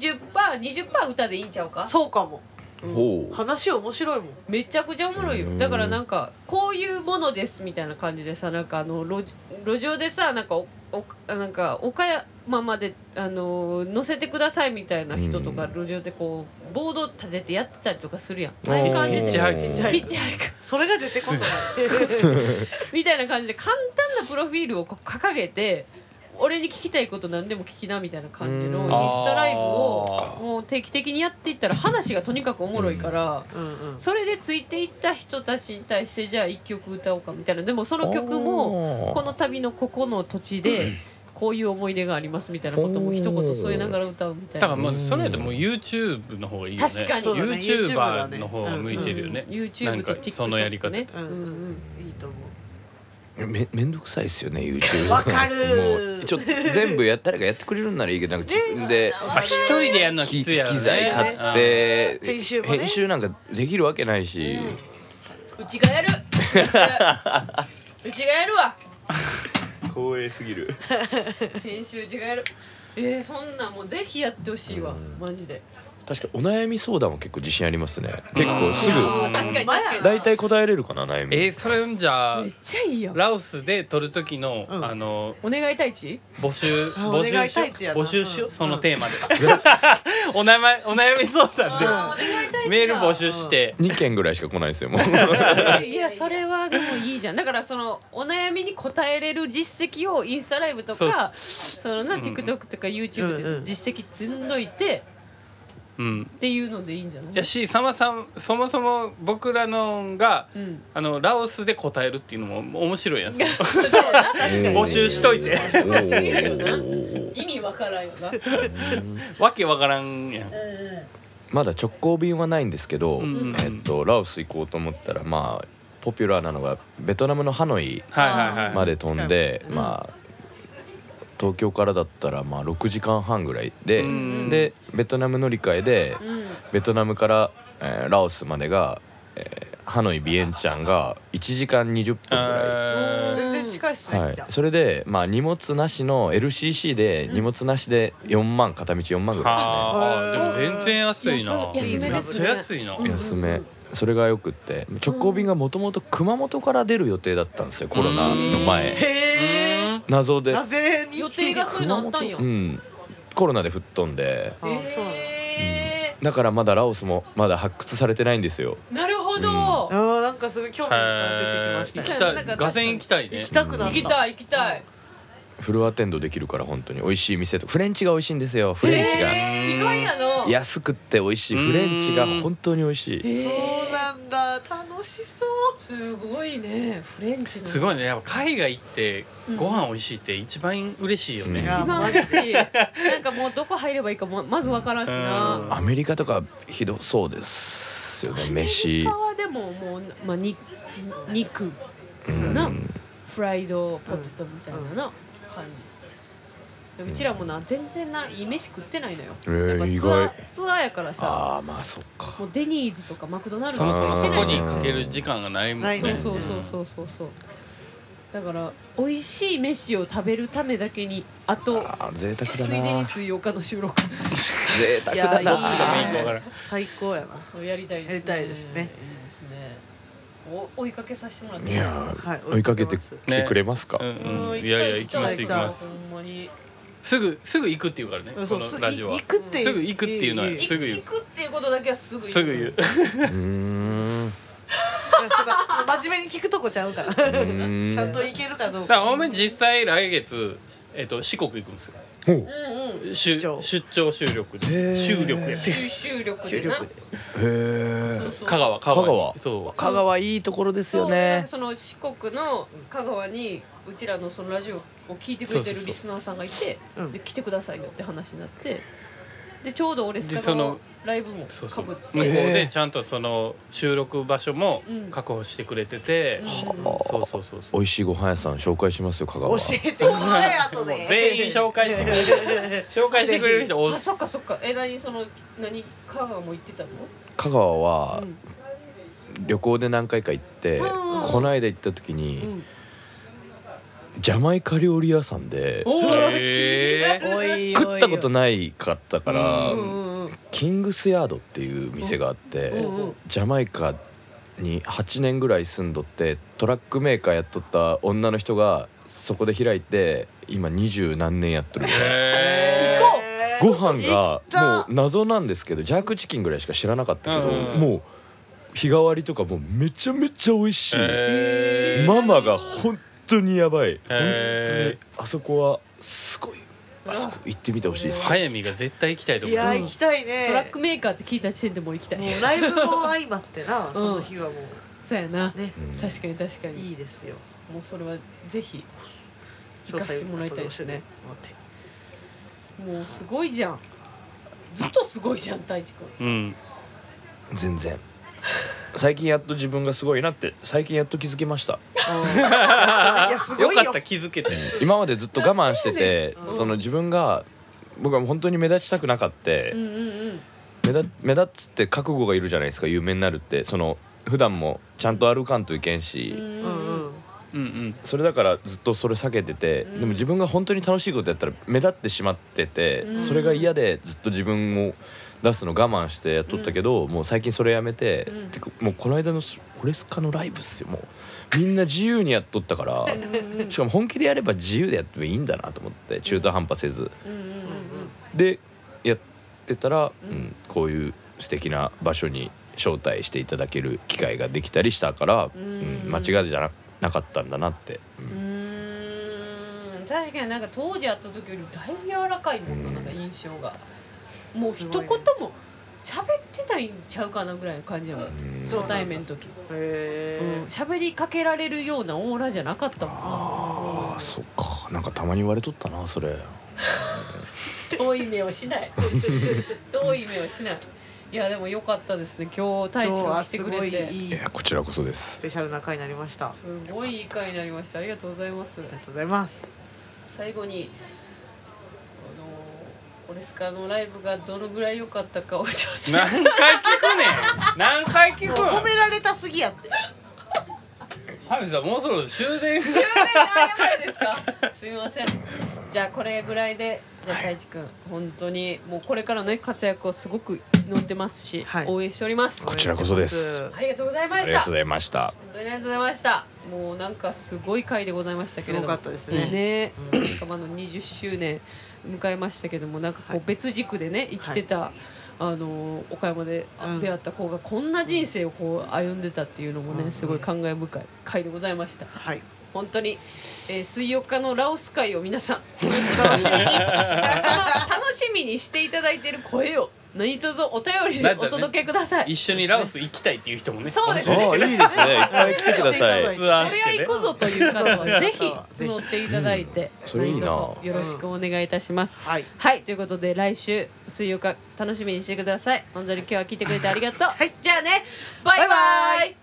80%、20% 歌でいいんちゃうか。 そうかも。話面白いもん。 めちゃくちゃおもろいよ。だからなんかこういうものですみたいな感じでさ、なんか路上でさ、なんか岡山まで乗せてくださいみたいな人とか路上でこうボード立ててやってたりとかするやん。ああいう感じでヒッチハイクそれが出てこないみたいな感じで簡単なプロフィールを掲げて、俺に聞きたいこと何でも聞きなみたいな感じのインスタライブをもう定期的にやっていったら話がとにかくおもろいから、それでついていった人たちに対してじゃあ1曲歌おうかみたいな。でもその曲もこの旅のここの土地でこういう思い出がありますみたいなことも一言添えながら歌うみたいな。 だからもうそれやともう YouTube の方がいいよね。確かに YouTuber の方が向いてるよね。 YouTube と TikTok そのやり方ね。 いいと思う。 めんどくさいですよね YouTube。 わかる。 もうちょっと全部やったらやってくれるんならいいけど、なんか自分で一人でやるのはきついやろね。 機材買って編集なんかできるわけないし、 うちがやるうちがやるわ。 光栄すぎる。 編集うちがやる。そんなもうぜひやってほしいわ、マジで。 確かお悩み相談は結構自信ありますね。結構すぐ確かに大体答えれるかな、悩み。 それじゃあめっちゃいいよ。 ラオスで撮る時のお願い太一募集しよう、そのテーマでお悩み相談でメール募集して 2件ぐらいしか来ないですよもう。 いやそれはでもいいじゃん。だからそのお悩みに答えれる実績をインスタライブとかそのな TikTok とか YouTube で実績積んどいてっていうのでいいんじゃない？ やし、さまさんそもそも僕らのが、ラオスで答えるっていうのも面白いやん。そうだ、 募集しといて。 すごすぎるよな。意味わからんよな。 わけわからんやん。 まだ直行便はないんですけど、ラオス行こうと思ったらまあポピュラーなのがベトナムのハノイまで飛んで、まあ東京からだったらまあ6時間半ぐらいで、でベトナム乗り換えで、ベトナムから、ラオスまでが、ハノイビエンチャンが1時間20分ぐらい、 全然近いっすね。 それでまあ荷物なしの LCC で荷物なしで4万、片道4万ぐらいですね。 でも全然安いな。 安めですね。 めっちゃ安いな。 安め。それがよくって、直行便がもともと熊本から出る予定だったんですよ、コロナの前。謎で予定がそういうのあったんよ。 コロナで吹っ飛んで、だからまだラオスもまだ発掘されてないんですよ。 なるほど。 なんかすごい興味が出てきました。 がぜん行きたいね。 行きたくなった。 行きたい。 フルアテンドできるから本当に美味しい店とフレンチが美味しいんですよ。フレンチが、 意外なの。 安くって美味しいフレンチが本当に美味しい。 そうなんだ、楽しそう。 すごいね、フレンチの。 すごいね、やっぱ海外行ってご飯美味しいって一番嬉しいよね。 一番嬉しい。なんかもうどこ入ればいいかもまずわからんしな。 アメリカとかひどそうですよね、飯。 アメリカはでももうまあ肉そうな、フライドポテトみたいな感じ。うちらもな全然ないい飯食ってないのよ。やっぱ意外。 ツアーやからさ。 ああまあそっか。 もうデニーズとかマクドナルドそもそもそこににかける時間がないもんね。 そうだから美味しい飯を食べるためだけにあと贅沢だな。 ついでに水曜日の収録贅沢だな。 最高やな。 やりたいですね。 やりたいですね。 いいですね。追いかけさせてもらっていや追いかけてきてくれますか。 いやいや行きます行きます。 ほんまにすぐ行くって言うからね。このラジオは。 行くってすぐ行くっていうのはすぐ言う。 行くっていうことだけはすぐすぐ言う。 真面目に聞くとこちゃうからちゃんと行けるかどうか。 お前実際来月四国行くんですよ。出張収録で収録やって収録でな。 へえ。 香川そう。香川いいところですよね。 その四国の香川にうちらのそのラジオを聞いてくれてるリスナーさんがいて、で来てくださいよって話になって、でちょうど俺スカのライブもかぶって向こうでちゃんとその収録場所も確保してくれてて、そう美味しいご飯屋さん紹介しますよ香川。 教えてくれ後で。 全員紹介してくれる紹介してくれる人多い。 あ、そっかそっか。何香川も行ってたの？ 香川は旅行で何回か行って、この間行った時にジャマイカ料理屋さんで食ったことないかったからキングスヤードっていう店があって、ジャマイカに8年ぐらい住んどってトラックメーカーやっとった女の人がそこで開いて今20何年やってるみたいな。ご飯がもう謎なんですけどジャークチキンぐらいしか知らなかったけど、もう日替わりとかもうめちゃめちゃ美味しい。ママが本当にやばい。本当にあそこはすごい。あそこ行ってみてほしいです。 早見が絶対行きたいと思う。 いや行きたいね。 トラックメーカーって聞いた時点でもう行きたい。 もうライブも相まってな、その日はもう。 そうやな。 ね、 確かに確かに。 いいですよ。 もうそれはぜひ行かせてもらいたいですね。もうすごいじゃん。ずっとすごいじゃん太一君。 全然。最近やっと自分がすごいなって最近やっと気づきました。 いやすごいよ。 よかった気づけて。 今までずっと我慢してて、その自分が僕は本当に目立ちたくなかった。目立つって覚悟がいるじゃないですか、有名になるって。その普段もちゃんと歩かんといけんし、それだからずっとそれ避けてて、でも自分が本当に楽しいことやったら目立ってしまってて、それが嫌でずっと自分を出すの我慢してやっとったけど、もう最近それやめて、てかもうこの間のオレスカのライブっすよ。もうみんな自由にやっとったから、しかも本気でやれば自由でやってもいいんだなと思って、中途半端せずでやってたら、こういう素敵な場所に招待していただける機会ができたりしたから、間違いじゃなかったんだなって。 確かになんか当時会った時よりだいぶ柔らかいもんな、なんか印象が。もう一言も喋ってないんちゃうかなぐらいの感じやもん、初対面の時。喋りかけられるようなオーラじゃなかったもんな。 ああそっか、なんかたまに言われとったなそれ。 遠い目をしない遠い目をしない。いやでも良かったですね、今日大使が来てくれて。 いやこちらこそです。 スペシャルな回になりました。 すごいいい回になりました。ありがとうございます。 ありがとうございます。 最後にオレスカのライブがどのぐらい良かったかをちょっと何回聞くねん。何回聞くの。 褒められたすぎやって。 ハミさんもうそろそろ終電がやばいですか。すみません。じゃあこれぐらいで、じゃあ太一くん本当にもうこれからの、ね、活躍をすごく祈ってますし、応援しております。 こちらこそです。 ありがとうございました。 ありがとうございました。 本当にありがとうございました。もうなんかすごい回でございましたけれども、 すごかったですね。 ね、スカバの20周年迎えましたけども、なんかこう別軸でね生きてた、岡山で出会った子がこんな人生をこう歩んでたっていうのもね、すごい感慨深い回でございました。 はい。 本当に、水曜日のラオス会を皆さん楽しみに楽しみにしていただいている声を何卒お便りでお届けください。 一緒にラオス行きたいっていう人もね。 そうですね。 いいですね。いっぱい来てください。 ツアーこれは行くぞという方はぜひ募っていただいて、 それいいな。 よろしくお願いいたします。はいということで来週水曜日楽しみにしてください。本当に今日は聞いてくれてありがとう。じゃあね、バイバイ。